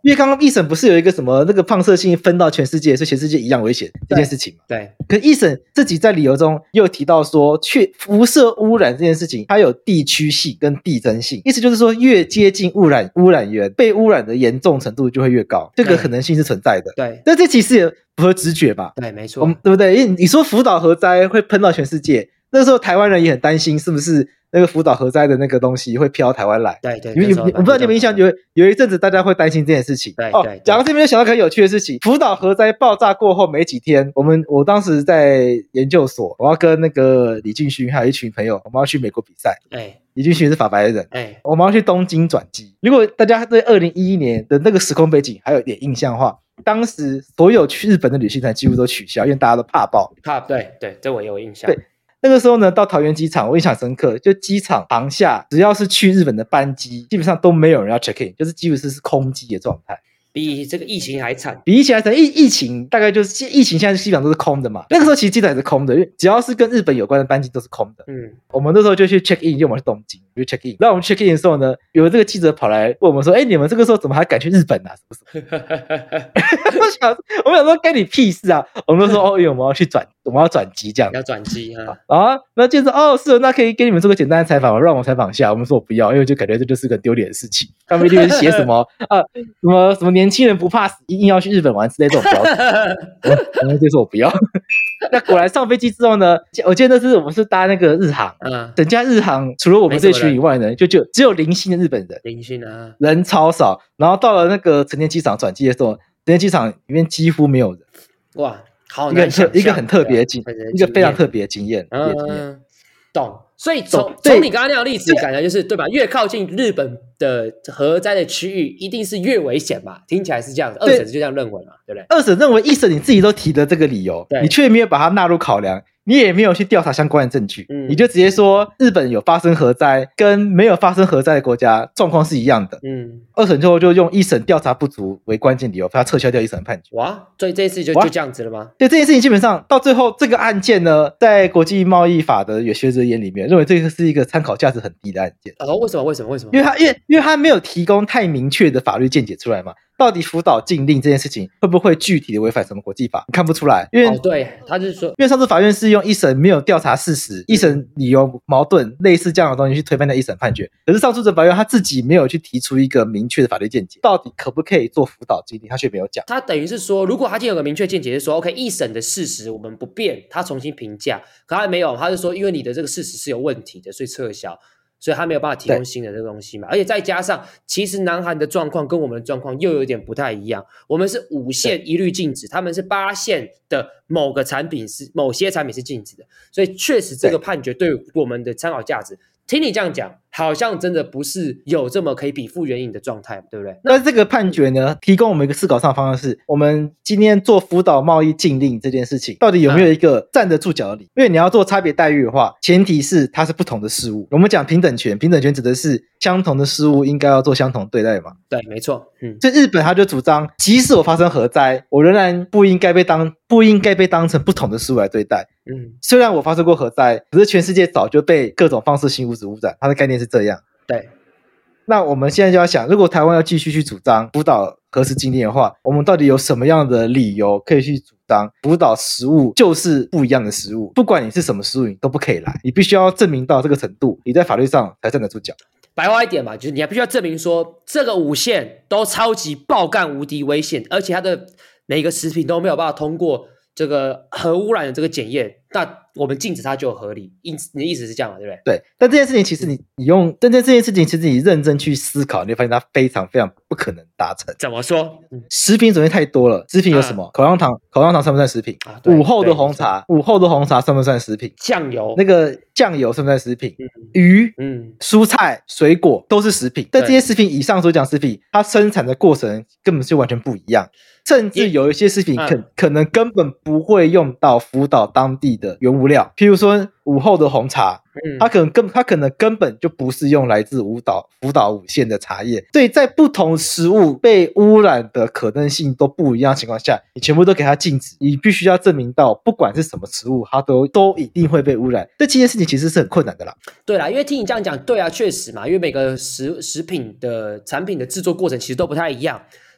因为刚刚一审不是有一个什么那个放射性分到全世界，所以全世界一样危险这件事情嘛？ 对， 可一审自己在理由中又提到说，辐射污染这件事情，它有地区性跟地征性，意思就是说，越接近污染源，被污染的严重程度就会越高，这个可能性是存在的。 对， 但这其实也符合直觉吧？ 对，没错， 对不对？因为你说福岛核灾会喷到全世界，那时候台湾人也很担心，是不是那个福岛核灾的那个东西会飘台湾来？ 对， 我不知道你有没有印象，有一阵子大家会担心这件事情。 对， 讲到这边，想到很有趣的事情，福岛核灾爆炸过后没几天，我当时在研究所，我要跟那个李俊勋还有一群朋友，我们要去美国比赛。李俊勋是法白人，我们要去东京转机。如果大家对2011年的那个时空背景还有一点印象的话，当时所有去日本的旅行团几乎都取消，因为大家都怕爆。 对，这我也有印象。 对，那个时候呢，到桃园机场，我印象深刻，就机场航下，只要是去日本的班机，基本上都没有人要 check in， 就是基本上是空机的状态。 比这个疫情还惨， 疫情大概就是疫情现在基本上都是空的嘛。那个时候其实机场也是空的，因为只要是跟日本有关的班机都是空的。我们那时候就去 check in， 因为我们是东京，就 check in。那我们 check in 的时候呢，有这个记者跑来问我们说：“你们这个时候怎么还敢去日本啊？什么什么？”我们想说干你屁事啊！我们就说：“因为我们要转机这样。” 要转机啊！ 那接着是那可以给你们做个简单的采访，让我采访一下。我们说我不要，因为就感觉这就是个丢脸的事情。他们一定会写什么什么年轻人不怕死，一定要去日本玩之类这种标题。我们就说我不要。那果然上飞机之后呢，我记得我们是搭那个日航，整架日航除了我们这群以外呢，就只有零星的日本人，人超少。然后到了那个成田机场转机的时候，成田机场里面几乎没有人。 哇，好难想象，一个很特别的经验，一个非常特别的经验。 懂。所以从你刚刚那样的例子，感觉就是对吧？越靠近日本的核灾的区域，一定是越危险嘛？听起来是这样子，二审就这样认为嘛，对不对？ 二审认为一审你自己都提的这个理由，你却没有把它纳入考量，你也没有去调查相关的证据，你就直接说日本有发生核灾，跟没有发生核灾的国家状况是一样的。二审之后就用一审调查不足为关键理由，把它撤销掉一审的判决。 哇，所以这一次就这样子了吗？ 对，这件事情基本上到最后这个案件呢，在国际贸易法的学者眼里面，认为这个是一个参考价值很低的案件。 为什么？ 因为他没有提供太明确的法律见解出来嘛。到底福岛禁令这件事情会不会具体的违反什么国际法？你看不出来，因为对，他就是说， 因为上次法院是用一审没有调查事实，一审理由矛盾，类似这样的东西去推翻掉一审判决。可是上诉者法院他自己没有去提出一个明确的法律见解，到底可不可以做福岛禁令，他却没有讲。 他等于是说，如果他今天有个明确见解，是说 OK 一审的事实我们不变，他重新评价，可他没有，他是说因为你的这个事实是有问题的，所以撤销。所以他没有办法提供新的这个东西嘛，而且再加上，其实南韩的状况跟我们的状况又有点不太一样。我们是5县一律禁止，他们是8县的某些产品是禁止的，所以确实这个判决对我们的参考价值。听你这样讲，好像真的不是有这么可以比附原因的状态，对不对？ 那这个判决呢，提供我们一个思考上的方向是，我们今天做福岛贸易禁令这件事情，到底有没有一个站得住脚的理？因为你要做差别待遇的话，前提是它是不同的事物。我们讲平等权，平等权指的是相同的事物应该要做相同对待嘛？ 对，没错。 所以日本他就主张，即使我发生核灾，我仍然不应该被当成不同的事物来对待。虽然我发生过核灾，可是全世界早就被各种方式新物质污染，它的概念是这样。 对， 那我们现在就要想，如果台湾要继续去主张福岛核食禁令的话，我们到底有什么样的理由可以去主张福岛食物就是不一样的食物？不管你是什么食物，你都不可以来，你必须要证明到这个程度，你在法律上才站得住脚。 白话一点嘛，就是你还必须要证明说，这个5县都超级爆干无敌危险，而且它的每个食品都没有办法通过这个核污染的这个检验，那我们禁止它就合理。你的意思是这样嘛，对不对？ 对。但这件事情其实但这件事情其实你认真去思考，你会发现它非常非常不可能达成。 怎么说？ 食品种类太多了。食品有什么？口香糖算不算食品？午后的红茶算不算食品？ 酱油， 那个酱油算不算食品？鱼，蔬菜、水果都是食品。但这些食品以上所讲食品，它生产的过程根本就完全不一样。甚至有一些食品可能根本不会用到福岛当地的原物料，譬如说午后的红茶，它可能根本就不是用来自福岛5县的茶叶。所以在不同食物被污染的可能性都不一样的情况下，你全部都给它禁止，你必须要证明到不管是什么食物，它都一定会被污染。这件事情其实是很困难的啦。 对啦，因为听你这样讲，对啊，确实嘛，因为每个食品的产品的制作过程其实都不太一样。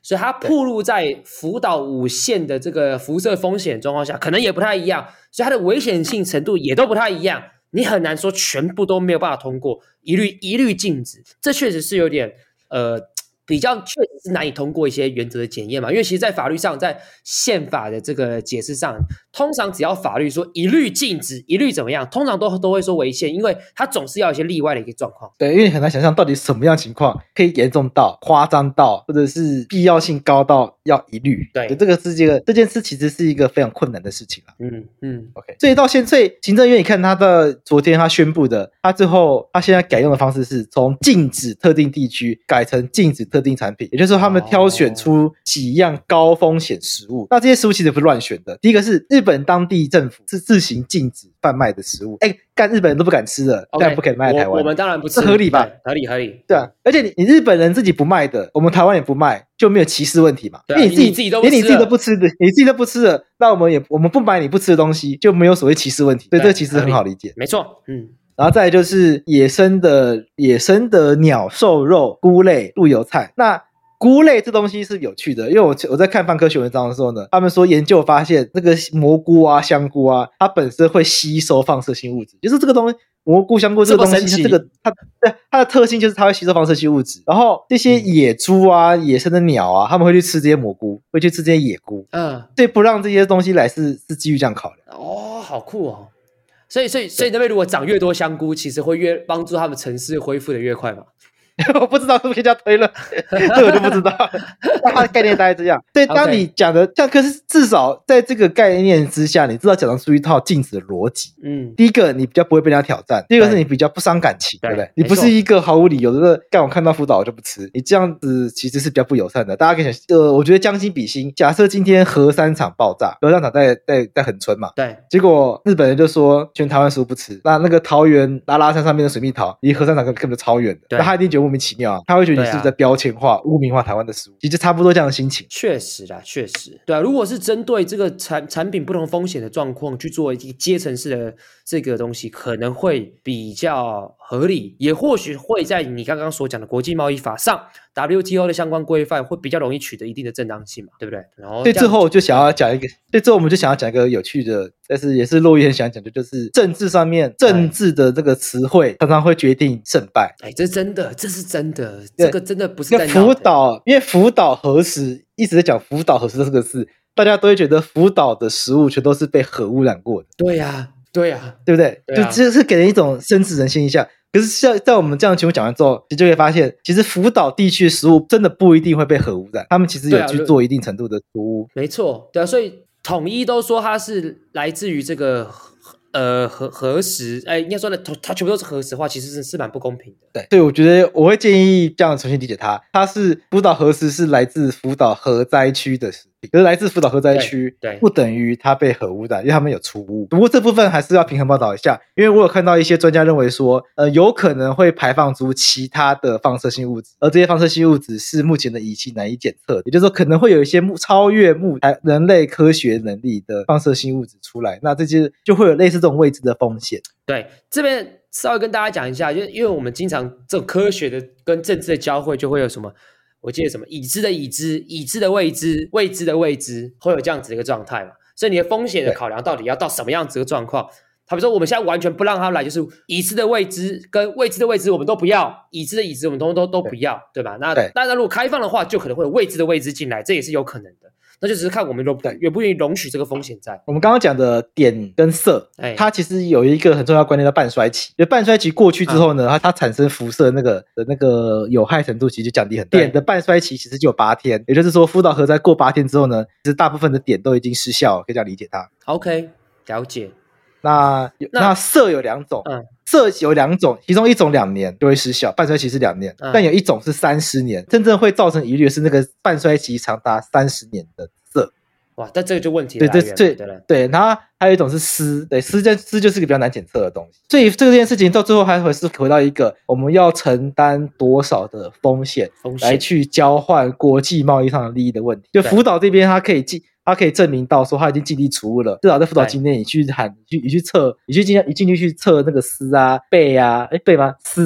所以它暴露在福岛5县的这个辐射风险状况下，可能也不太一样，所以它的危险性程度也都不太一样。你很难说全部都没有办法通过，一律禁止，这确实是有点比较确实是难以通过一些原则的检验嘛，因为其实在法律上，在宪法的这个解释上，通常只要法律说一律禁止，一律怎么样，通常都会说违宪，因为它总是要有一些例外的一个状况。 对，因为你很难想象到底什么样情况可以严重到、夸张到，或者是必要性高到要一律。 对， 这件事其实是一个非常困难的事情啦。OK， 所以到现在行政院你看他的昨天他宣布的，他现在改用的方式是从禁止特定地区改成禁止特定产品，也就是说他们挑选出几样高风险食物。那这些食物其实不是乱选的，第一个是日本当地政府是自行禁止贩卖的食物，干日本人都不敢吃的，当然不可以卖在台湾。 我们当然不吃， 这合理吧？ 合理。 对啊，而且你日本人自己不卖的，我们台湾也不卖，就没有歧视问题嘛？ 对啊， 因为你自己都不吃的，你自己都不吃的，那我们不买你不吃的东西，就没有所谓歧视问题。所以这个其实很好理解。 没错， 然后再来就是野生的鸟兽肉、菇类、陆游菜。那菇类这东西是有趣的，因为我在看泛科学文章的时候呢，他们说研究发现这个蘑菇啊、香菇啊，它本身会吸收放射性物质，就是这个东西蘑菇、香菇这个东西，它的特性就是它会吸收放射性物质。然后这些野猪啊、野生的鸟啊，他们会去吃这些蘑菇，会去吃这些野菇，所以不让这些东西来是基于这样考量。 哦，好酷哦！所以那边如果长越多香菇，其实会越帮助他们城市恢复的越快嘛？ 我不知道是不是人家推了，这我就不知道。但它的概念大概这样。对，当你讲的这样，可是至少在这个概念之下，你知道讲得出一套禁止的逻辑。第一个你比较不会被人家挑战，第二个是你比较不伤感情，对不对？你不是一个毫无理由的干我看到福岛我就不吃，你这样子其实是比较不友善的。大家可以想，我觉得将心比心，假设今天核三厂爆炸，核三厂在恒春嘛， 对， 结果日本人就说全台湾食物不吃，那个桃园拉拉山上面的水蜜桃离核三厂根本就超远的，那他一定觉得莫名其妙啊，他会觉得你是不是在标签化、污名化台湾的食物，其实差不多这样的心情。 确实啦，确实，对啊。如果是针对这个产品不同风险的状况去做一个阶层式的这个东西，可能会比较合理，也或许会在你刚刚所讲的国际贸易法上 WTO 的相关规范会比较容易取得一定的正当性嘛，对不对？然后最后我就想要讲一个，最后我们就想要讲一个有趣的，但是也是洛伊很想讲的，就是政治上面政治的这个词汇常常会决定胜败。 这是真的，这个真的不是在闹的。因为福岛核食一直在讲福岛核食这个事，大家都会觉得福岛的食物全都是被核污染过的。对啊， 对不对？就是给人一种深植人心一下。可是在我们这样的情况讲完之后，你就会发现，其实福岛地区的食物真的不一定会被核污染，他们其实有去做一定程度的除污。 没错，对啊，所以统一都说它是来自于这个核食，应该说呢，它全部都是核食化，其实是蛮不公平的。 对，我觉得我会建议这样重新理解它，它是福岛核食是来自福岛核灾区的食品，可是来自福岛核灾区不等于它被核污染，因为他们有除污。不过这部分还是要平衡报道一下，因为我有看到一些专家认为说，有可能会排放出其他的放射性物质，而这些放射性物质是目前的仪器难以检测的，也就是说可能会有一些超越人类科学能力的放射性物质出来，那这些就会有类似这种未知的风险。 对，这边稍微跟大家讲一下，就因为我们经常这种科学的跟政治的交汇，就会有什么，我记得什么已知的已知，已知的未知，未知的未知，会有这样子的一个状态嘛。所以你的风险的考量到底要到什么样子的状况？他比如说我们现在完全不让他来，就是已知的未知跟未知的未知我们都不要，已知的已知我们都不要，对吧？那当然如果开放的话，就可能会有未知的未知进来，这也是有可能的。那就只是看我们愿不愿意容许这个风险在。 我们刚刚讲的点跟色，它其实有一个很重要的观念叫半衰期。就半衰期过去之后呢，它产生辐射那个有害程度其实就降低很多。点的半衰期其实就有8天，也就是说福岛核灾过8天之后呢，其实大部分的点都已经失效了，可以这样理解它。 OK， 了解。 那色有2种，色有2种，其中一种2年就会失效，半衰期是2年，但有一种是30年，真正会造成疑虑的是那个半衰期长达30年的色。 哇，但这个就问题来源。 对，然后还有一种是丝，对，丝就是一个比较难检测的东西，所以这件事情到最后还会是回到一个我们要承担多少的风险来去交换国际贸易上的利益的问题。就福岛这边它可以证明到说他已经尽力除污了，至少在福岛境内，你去测，你进去去测那个丝啊、贝啊、贝吗？丝啊，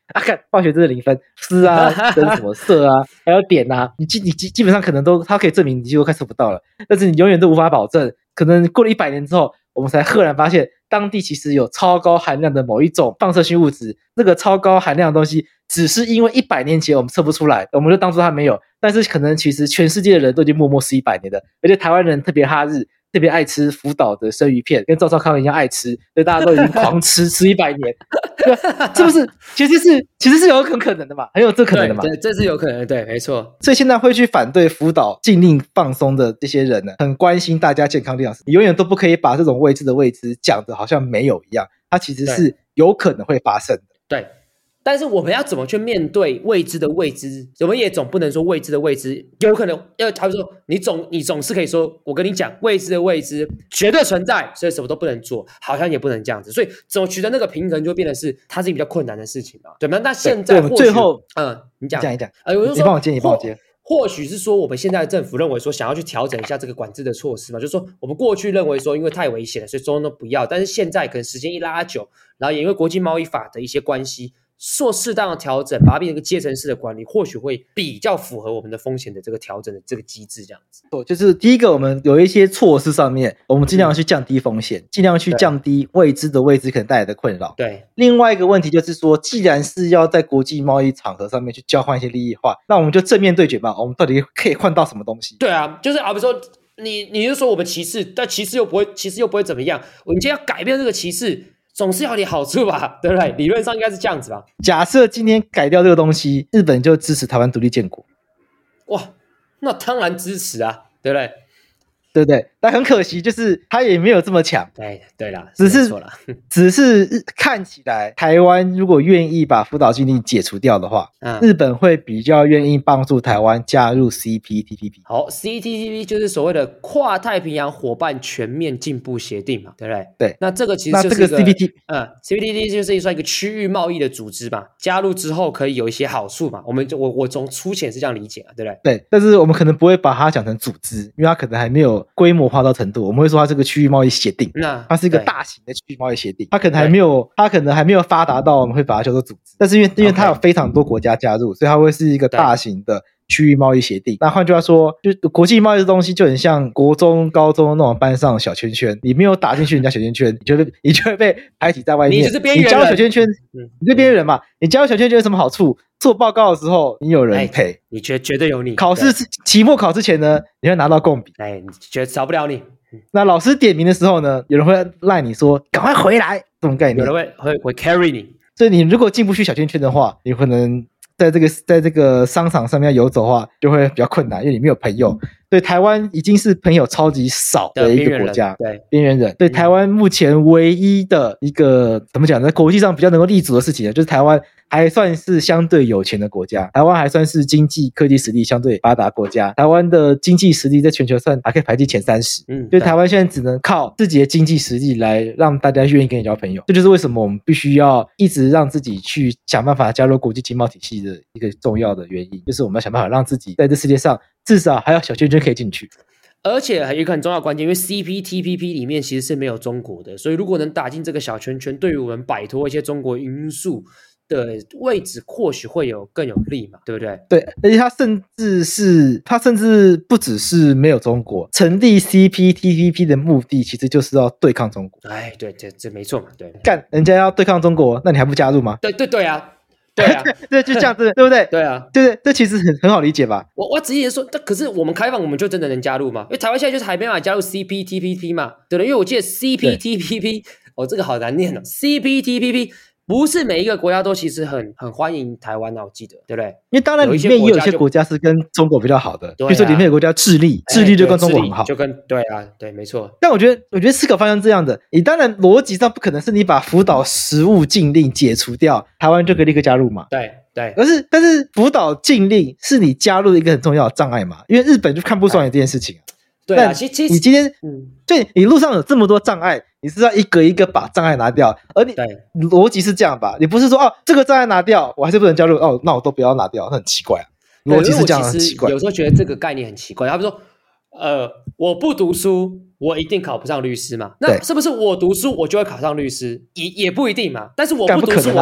看化学真的0分，丝啊跟什么色啊，还有碘啊，你基本上可能都它可以证明你几乎快测不到了，但是你永远都无法保证，可能过了100年之后，我们才赫然发现当地其实有超高含量的某一种放射性物质，那个超高含量的东西只是因为100年前我们测不出来，我们就当作它没有，但是可能其实全世界的人都已经默默吃100年了，而且台湾人特别哈日，特别爱吃福岛的生鱼片，跟赵少康一样爱吃，所以大家都已经狂吃100年，是不是？其实是有很可能的嘛，很有这可能的嘛。 对，这是有可能的，对，没错。 所以现在会去反对福岛禁令放松的这些人呢，很关心大家健康这样子，你永远都不可以把这种未知的未知讲的好像没有一样，它其实是有可能会发生的。 对。但是我们要怎么去面对未知的未知？我们也总不能说未知的未知有可能，他们说你总是可以说，我跟你讲，未知的未知绝对存在，所以什么都不能做，好像也不能这样子。所以怎么取得那个平衡，就变得是它是一个比较困难的事情嘛，对吗？那现在最后， 你讲一讲， 我就说你帮我接。 或许是说，我们现在的政府认为说，想要去调整一下这个管制的措施嘛，就是说，我们过去认为说，因为太危险了，所以中东都不要。但是现在可能时间一拉久，然后也因为国际贸易法的一些关系，做适当的调整，把它变成一个阶层式的管理，或许会比较符合我们的风险的这个调整的这个机制，这样子。 就是第一个，我们有一些措施上面，我们尽量去降低风险，尽量去降低未知可能带来的困扰。 对。另外一个问题就是说，既然是要在国际贸易场合上面去交换一些利益化，那我们就正面对决吧。我们到底可以换到什么东西？ 对啊，就是比如说你就说我们歧视，但歧视又不会怎么样。我们今天要改变这个歧视，总是要有点好处吧，对不对？理论上应该是这样子吧。 假设今天改掉这个东西，日本就支持台湾独立建国。 哇，那当然支持啊，对不对？ 对不对？但很可惜，就是他也没有这么强。 对啦， 只是看起来台湾如果愿意把福岛禁令解除掉的话，日本会比较愿意帮助台湾加入 CPTPP。好 ，CPTPP 就是所谓的跨太平洋伙伴全面进步协定嘛，对不对？ 对。 那这个其实就是一个 CPTPP 就是算一个区域贸易的组织嘛，加入之后可以有一些好处嘛。我从粗浅是这样理解啊，对不对？ 对，但是我们可能不会把它讲成组织，因为它可能还没有规模化到程度，我们会说它是个区域贸易协定，它是一个大型的区域贸易协定，它可能还没有发达到我们会把它叫做组织，但是因为它有非常多国家加入，所以它会是一个大型的区域贸易协定。那换句话说，就国际贸易的东西就很像国中、高中那种班上小圈圈，你没有打进去人家小圈圈，你就会被排挤在外面。 你就是边缘人， 你加入小圈圈，你是边缘人嘛？你加入小圈圈有什么好处？做报告的时候，你有人陪， 你绝对有你。 期末考之前呢，你会拿到共笔， 你觉得少不了你。 那老师点名的时候呢，有人会赖你说赶快回来，这种概念。 有人会 carry 你。 所以你如果进不去小圈圈的话，你可能在这个商场上面要游走的话，就会比较困难，因为你没有朋友。对，台湾已经是朋友超级少的一个国家， 对， 边缘人。对，台湾目前唯一的一个怎么讲，在国际上比较能够立足的事情，就是台湾还算是相对有钱的国家，台湾还算是经济科技实力相对发达国家，台湾的经济实力在全球算还可以排进前30。就台湾现在只能靠自己的经济实力来让大家愿意跟你交朋友，这就是为什么我们必须要一直让自己去想办法加入国际经贸体系的一个重要的原因，就是我们要想办法让自己在这世界上至少还有小圈圈可以进去。 而且还有一个很重要的关键，因为 CPTPP 里面其实是没有中国的，所以如果能打进这个小圈圈，对于我们摆脱一些中国因素的位置或许会更有利嘛，对不对？ 对，而且它甚至不只是没有中国，成立 CPTPP 的目的其实就是要对抗中国。 对，这没错嘛，对。 干，人家要对抗中国，那你还不加入吗？ 对啊。 对，就这样子，对不对？ 对啊， 对，这其实很好理解吧？ 我直接说，可是我们开放，我们就真的能加入吗？因为台湾现在就是还没办法加入 CPTPP 嘛，对不对？因为我记得 CPTPP，这个好难念哦 ，CPTPP。不是每一个国家都其实很欢迎台湾啊，我记得，对不对？ 因为当然里面也有一些国家是跟中国比较好的，比如说里面有国家智利就跟中国很好， 对，没错。 但我觉得思考方向这样的，你当然逻辑上不可能是你把福岛食物禁令解除掉，台湾就可以立刻加入嘛。 对， 但是福岛禁令是你加入的一个很重要的障碍嘛，因为日本就看不爽你这件事情。 对啊，其实你今天对你路上有这么多障碍，你是要一个一个把障碍拿掉，而你逻辑是这样吧？你不是说这个障碍拿掉，我还是不能加入那我都不要拿掉，那很奇怪啊。逻辑是这样，很奇怪。 有时候觉得这个概念很奇怪。他们说，我不读书，我一定考不上律师嘛？那是不是我读书我就会考上律师？也不一定嘛。但是我不读书，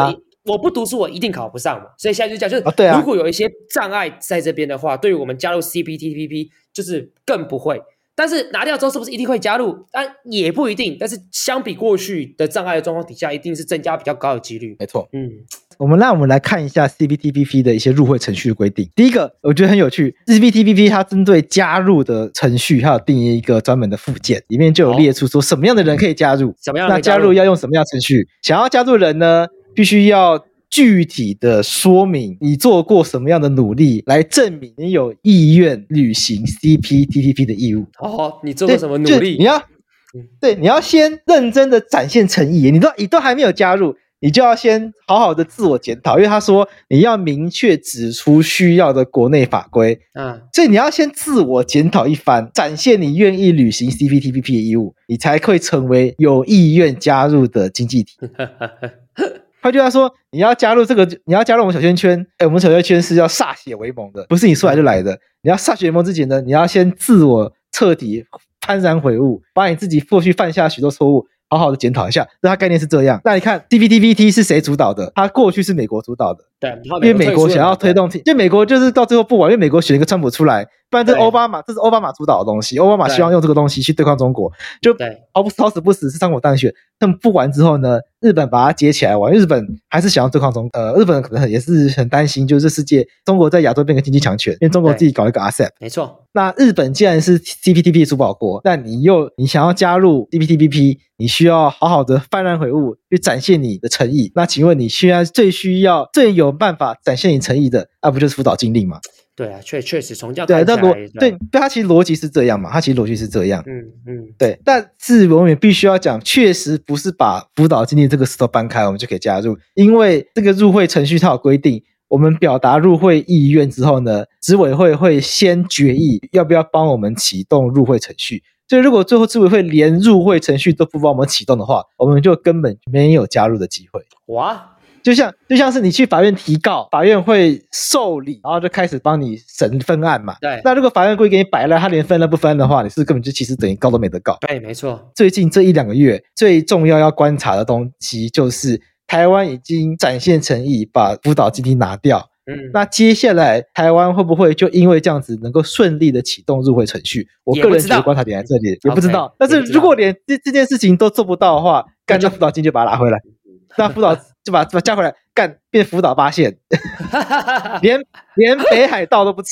我不读书，我一定考不上嘛。所以现在就讲，就是对啊， 如果有一些障碍在这边的话，对于我们加入 CPTPP 就是更不会。但是拿掉之后是不是一定会加入？也不一定。但是相比过去的障碍的状况底下，一定是增加比较高的几率。 没错，我们来看一下 CPTPP 的一些入会程序的规定。第一个，我觉得很有趣 ，CPTPP 它针对加入的程序，它有定义一个专门的附件，里面就有列出说什么样的人可以加入，那加入要用什么样的程序？想要加入的人呢，必须要具体的说明你做过什么样的努力，来证明你有意愿履行 CPTPP 的义务。 你做过什么努力？ 你要先认真的展现诚意。你都还没有加入，你就要先好好的自我检讨，因为他说你要明确指出需要的国内法规，所以你要先自我检讨一番，展现你愿意履行 CPTPP 的义务，你才会成为有意愿加入的经济体。他就要说你要加入我们小圈圈，我们小圈圈是要歃血为盟的，不是你说来就来的。你要歃血为盟之前呢，你要先自我彻底幡然悔悟，把你自己过去犯下许多错误好好的检讨一下，它概念是这样。那你看 CPTPP 是谁主导的？它过去是美国主导的， 对， 因为美国想要推动，就美国就是到最后不玩，因为美国选一个川普出来，不然这是奥巴马主导的东西，奥巴马希望用这个东西去对抗中国，就好死不死是川普当选，他们不玩之后呢，日本把它接起来玩，因为日本还是想要对抗中日本可能也是很担心，就是这世界中国在亚洲变成经济强权，因为中国自己搞一个 RCEP， 没错。 那日本既然是 CPTPP 的主保国，那你想要加入 CPTPP， 你需要好好的幡然悔悟，去展现你的诚意。那请问你现在最有办法展现你诚意的，不就是福岛禁令吗？ 对啊，确实从这样看起来， 对，它其实逻辑是这样嘛，对。但是我们也必须要讲，确实不是把福岛禁令这个石头搬开，我们就可以加入，因为这个入会程序它有规定。我们表达入会意愿之后呢，执委会会先决议要不要帮我们启动入会程序。所以如果最后执委会连入会程序都不帮我们启动的话，我们就根本没有加入的机会。 哇， 就像是你去法院提告，法院会受理，然后就开始帮你审分案嘛。 对。 那如果法院故意给你摆烂，他连分都不分的话，你是根本就其实等于告都没得告。 对，没错。 最近这1-2个月，最重要观察的东西就是台湾已经展现诚意，把福岛禁令拿掉。那接下来台湾会不会就因为这样子能够顺利的启动入会程序？我个人觉得观察点在这里，也不知道。但是如果连这件事情都做不到的话，干那福岛禁就把它拿回来，那福岛就把加回来，干变福岛8县，连北海道都不吃，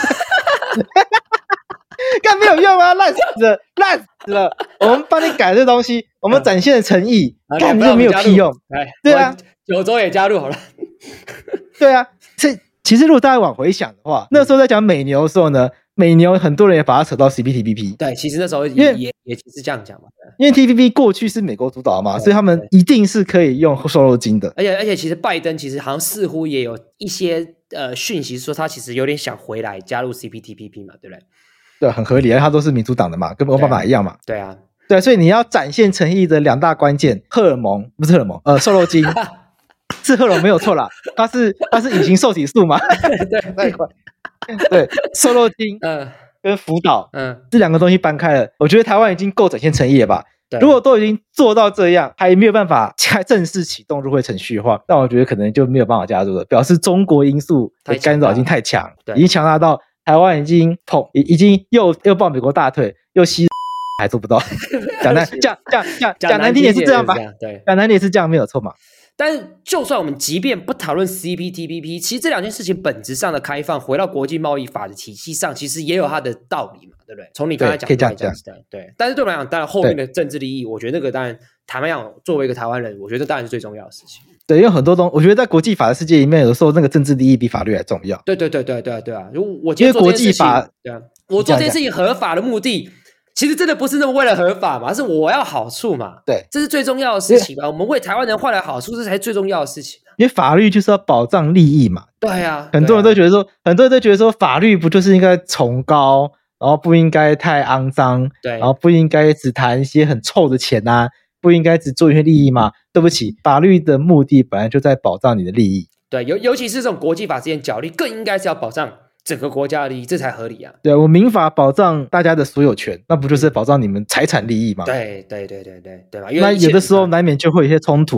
干没有用啊，烂死了！我们帮你改这东西，我们展现的诚意，干就没有屁用。对啊， 九州也加入好了。 对啊，其实如果大家往回想的话，那时候在讲美牛的时候呢，美牛很多人也把它扯到 CPTPP。 对，其实那时候也是这样讲嘛。 因为 TPP 过去是美国主导嘛，所以他们一定是可以用瘦肉精的。 而且其实拜登其实好像似乎也有一些讯息说他其实有点想回来加入 CPTPP 嘛，对不对？ 对，很合理，因为他都是民主党的嘛，跟奥巴马一样嘛。 对啊， 对，所以你要展现诚意的2大关键，瘦肉精。是荷尔蒙没有错啦，它是隐形受体素嘛？对，瘦肉精跟福岛，这2个东西搬开了，我觉得台湾已经够展现诚意了吧？如果都已经做到这样，还没有办法正式启动入会程序的话，那我觉得可能就没有办法加入了，表示中国因素的干扰已经太强，已经强大到台湾已经又抱美国大腿，又吸还做不到。讲难听点是这样吧？对，讲难听点是这样没有错嘛。 但是，就算我们即便不讨论 CPTPP， 其实这2件事情本质上的开放，回到国际贸易法的体系上，其实也有它的道理嘛，对不对？从你刚才讲的来讲，对。但是对我们来讲，当然后面的政治利益，我觉得那个当然，坦白讲，作为一个台湾人，我觉得当然是最重要的事情。 对，因为很多我觉得在国际法的世界里面，有的时候那个政治利益比法律还重要。 对啊！如果我今天做这件事情，对啊，我做这件事情合法的目的。其实真的不是那么为了合法嘛，是我要好处嘛， 对， 这是最重要的事情嘛。我们为台湾人换来好处，这才是最重要的事情。 因为法律就是要保障利益嘛。 对啊， 很多人都觉得说，法律不就是应该崇高，然后不应该太肮脏， 对， 然后不应该只谈一些很臭的钱啊，不应该只做一些利益嘛？对不起，法律的目的本来就在保障你的利益。 对，尤其是这种国际法之间角力，更应该是要保障整个国家的利益，这才合理啊。 对，我民法保障大家的所有权，那不就是保障你们财产利益吗？ 对嘛。 那有的时候难免就会有一些冲突嘛，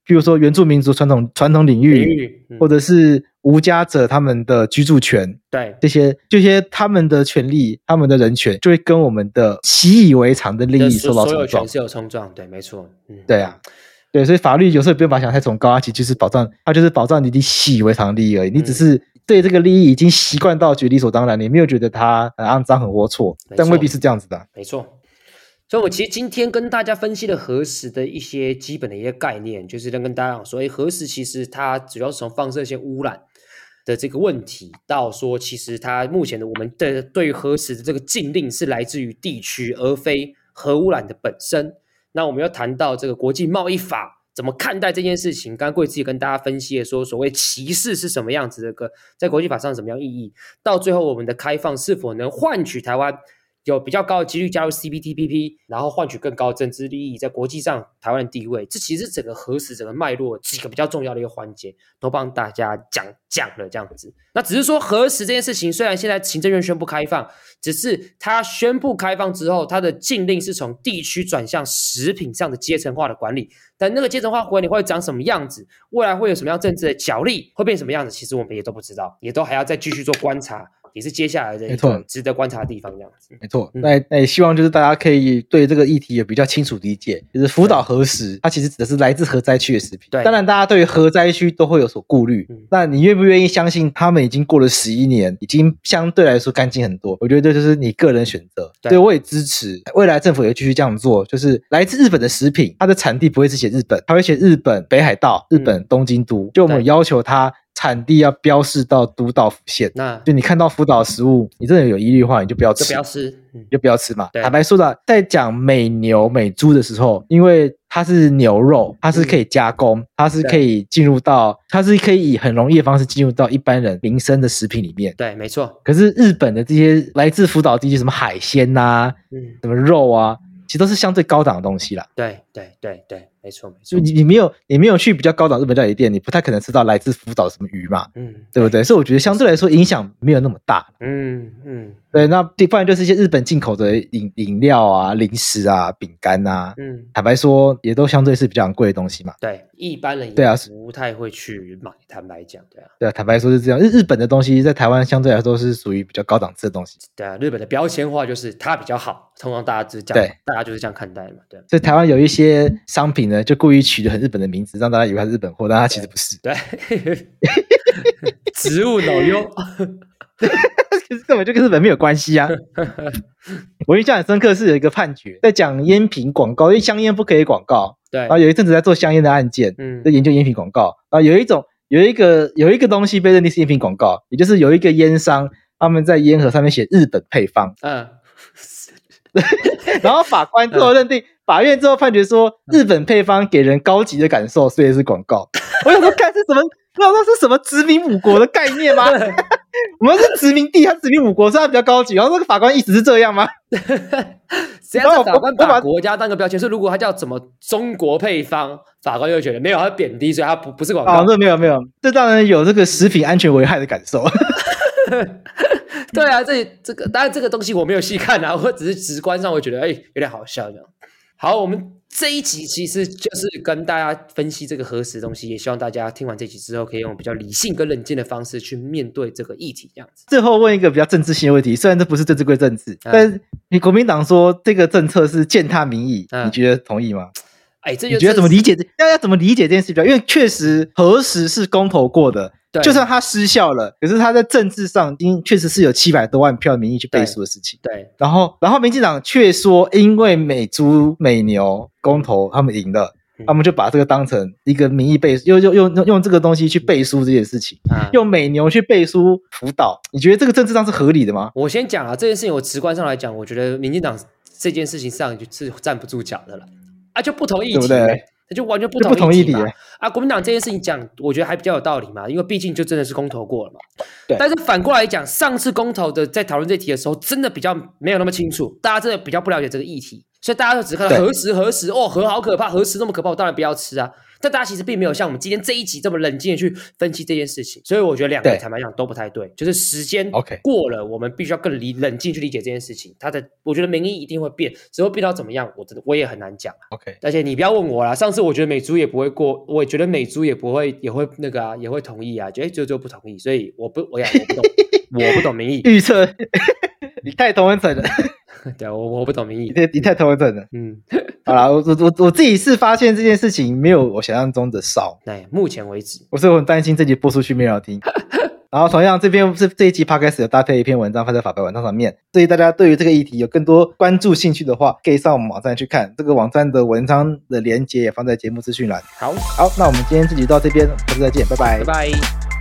比如说原住民族传统领域，或者是无家者他们的居住权， 对， 这些他们的权利、他们的人权，就会跟我们的习以为常的利益受到冲撞。 所有权是有冲撞，对，没错。 对啊，对，所以法律有时候也不用把它想太崇高，它其实就是保障你习以为常的利益而已。你只是对这个利益已经习惯到觉得理所当然，你没有觉得它很肮脏、很龌龊，但未必是这样子的。 没错。所以我其实今天跟大家分析了核食的一些基本的一些概念，就是跟大家讲说，核食其实它主要是从放射线污染的这个问题，到说其实它目前的我们的对于核食的这个禁令是来自于地区，而非核污染的本身。那我们又谈到这个国际贸易法怎么看待这件事情，刚刚贵子也跟大家分析了说所谓歧视是什么样子的，在国际法上什么样意义，到最后我们的开放是否能换取台湾有比较高的几率加入 CPTPP， 然后换取更高的政治利益，在国际上台湾的地位，这其实是整个核食整个脉络几个比较重要的一个环节，都帮大家讲了这样子。那只是说核食这件事情，虽然现在行政院宣布开放，只是它宣布开放之后，它的禁令是从地区转向食品上的阶层化的管理，但那个阶层化管理会长什么样子，未来会有什么样政治的角力，会变什么样子，其实我们也都不知道，也都还要再继续做观察，也是接下来的一个值得观察的地方，这样子。 没错，那也希望就是大家可以对这个议题有比较清楚理解，就是福岛核食，它其实指的是来自核灾区的食品。 对， 当然大家对于核灾区都会有所顾虑，那你愿不愿意相信他们已经过了11年，已经相对来说干净很多？我觉得这就是你个人选择。所以我也支持未来政府也继续这样做，就是来自日本的食品，它的产地不会是写日本，它会写日本北海道、日本东京都，就我们要求它产地要标示到都道府县，那就你看到福岛的食物，你真的有疑虑的话，你就不要吃，你就不要吃嘛。坦白说的，在讲美牛、美猪的时候，因为它是牛肉，它是可以加工，它是可以进入到，它是可以以很容易的方式进入到一般人民生的食品里面。 对，没错。 可是日本的这些来自福岛地区，什么海鲜啊，什么肉啊，其实都是相对高档的东西啦。 对，没错。就你没有去比较高档日本料理店，你不太可能吃到来自福岛什么鱼嘛，对不对？所以我觉得相对来说影响没有那么大。对，那不然就是一些日本进口的饮料啊、零食啊、饼干啊，坦白说也都相对是比较昂贵的东西嘛。 对，一般人也不太会去买，坦白讲， 对啊，坦白说是这样。日本的东西在台湾相对来说是属于比较高档次的东西。 对啊，日本的标签化就是它比较好，通常大家就是这样，大家就是这样看待的嘛。对， 所以台湾有一些商品呢，就故意取得很日本的名字，让大家以为它是日本货，但它其实不是。 对，植物脑优。 可是根本就跟日本没有关系啊！我印象很深刻是有一个判决在讲烟品广告，因为香烟不可以广告。 对， 然后有一阵子在做香烟的案件，在研究烟品广告。然后有一个东西被认定是烟品广告，也就是有一个烟商他们在烟盒上面写日本配方。然后法官之后认定，法院之后判决说日本配方给人高级的感受，所以是广告。我想说，看是什么？不知道那是什么殖民五国的概念吗？我们是殖民地，他殖民五国，所以他比较高级。然后那个法官意思是这样吗？ 谁让法官把国家当个标签？说如果他叫什么中国配方，法官又觉得没有，他贬低，所以他不是广告。 那没有，这当然有这个食品安全危害的感受。 对啊，这个当然这个东西我没有细看啊，我只是直观上会觉得有点好笑这样。好，我们这一集其实就是跟大家分析这个核食的东西，也希望大家听完这集之后，可以用比较理性跟冷静的方式去面对这个议题，这样子。 最后问一个比较政治性的问题，虽然这不是政治归政治，但是你国民党说这个政策是践踏民意，你觉得同意吗？你觉得怎么理解？要怎么理解这件事情？因为确实核食是公投过的。就算它失效了，可是它在政治上确实是有700多万票的民意去背书的事情。 对， 然后民进党却说，因为美猪美牛公投他们赢了，他们就把这个当成一个民意背书，用这个东西去背书这件事情，用美牛去背书福岛。你觉得这个政治上是合理的吗？ 我先讲啊，这件事情我直观上来讲，我觉得民进党这件事情上就是站不住脚的了啊，就不同意，对不对？就完全不同意题嘛啊！国民党这件事情讲，我觉得还比较有道理嘛，因为毕竟就真的是公投过了嘛。对。但是反过来讲，上次公投的在讨论这题的时候，真的比较没有那么清楚，大家真的比较不了解这个议题，所以大家就只看到核食哦，核好可怕，核食那么可怕，我当然不要吃啊。 但大家其实并没有像我们今天这一集这么冷静的去分析这件事情，所以我觉得两个坦白讲都不太对，就是时间过了，我们必须要更冷静去理解这件事情。我觉得民意一定会变，只会变到怎么样，我也很难讲。 OK， 而且你不要问我啦，上次我觉得美猪也不会过，我也觉得美猪也不会，也会那个啊，也会同意啊，就不同意，所以我不懂，我不懂民意预测。你太同温层了。 对，我不懂民意， 你太同温层了。好啦，我自己是发现这件事情没有我想象中的少。 目前为止， 所以我很担心这集播出去没人听。然后同样这一集 podcast 有搭配一篇文章放在法白网站上面，所以大家对于这个议题有更多关注兴趣的话，可以上我们网站去看，这个网站的文章的连结也放在节目资讯栏。 好， 那我们今天这集到这边，下次再见，拜拜， 拜拜。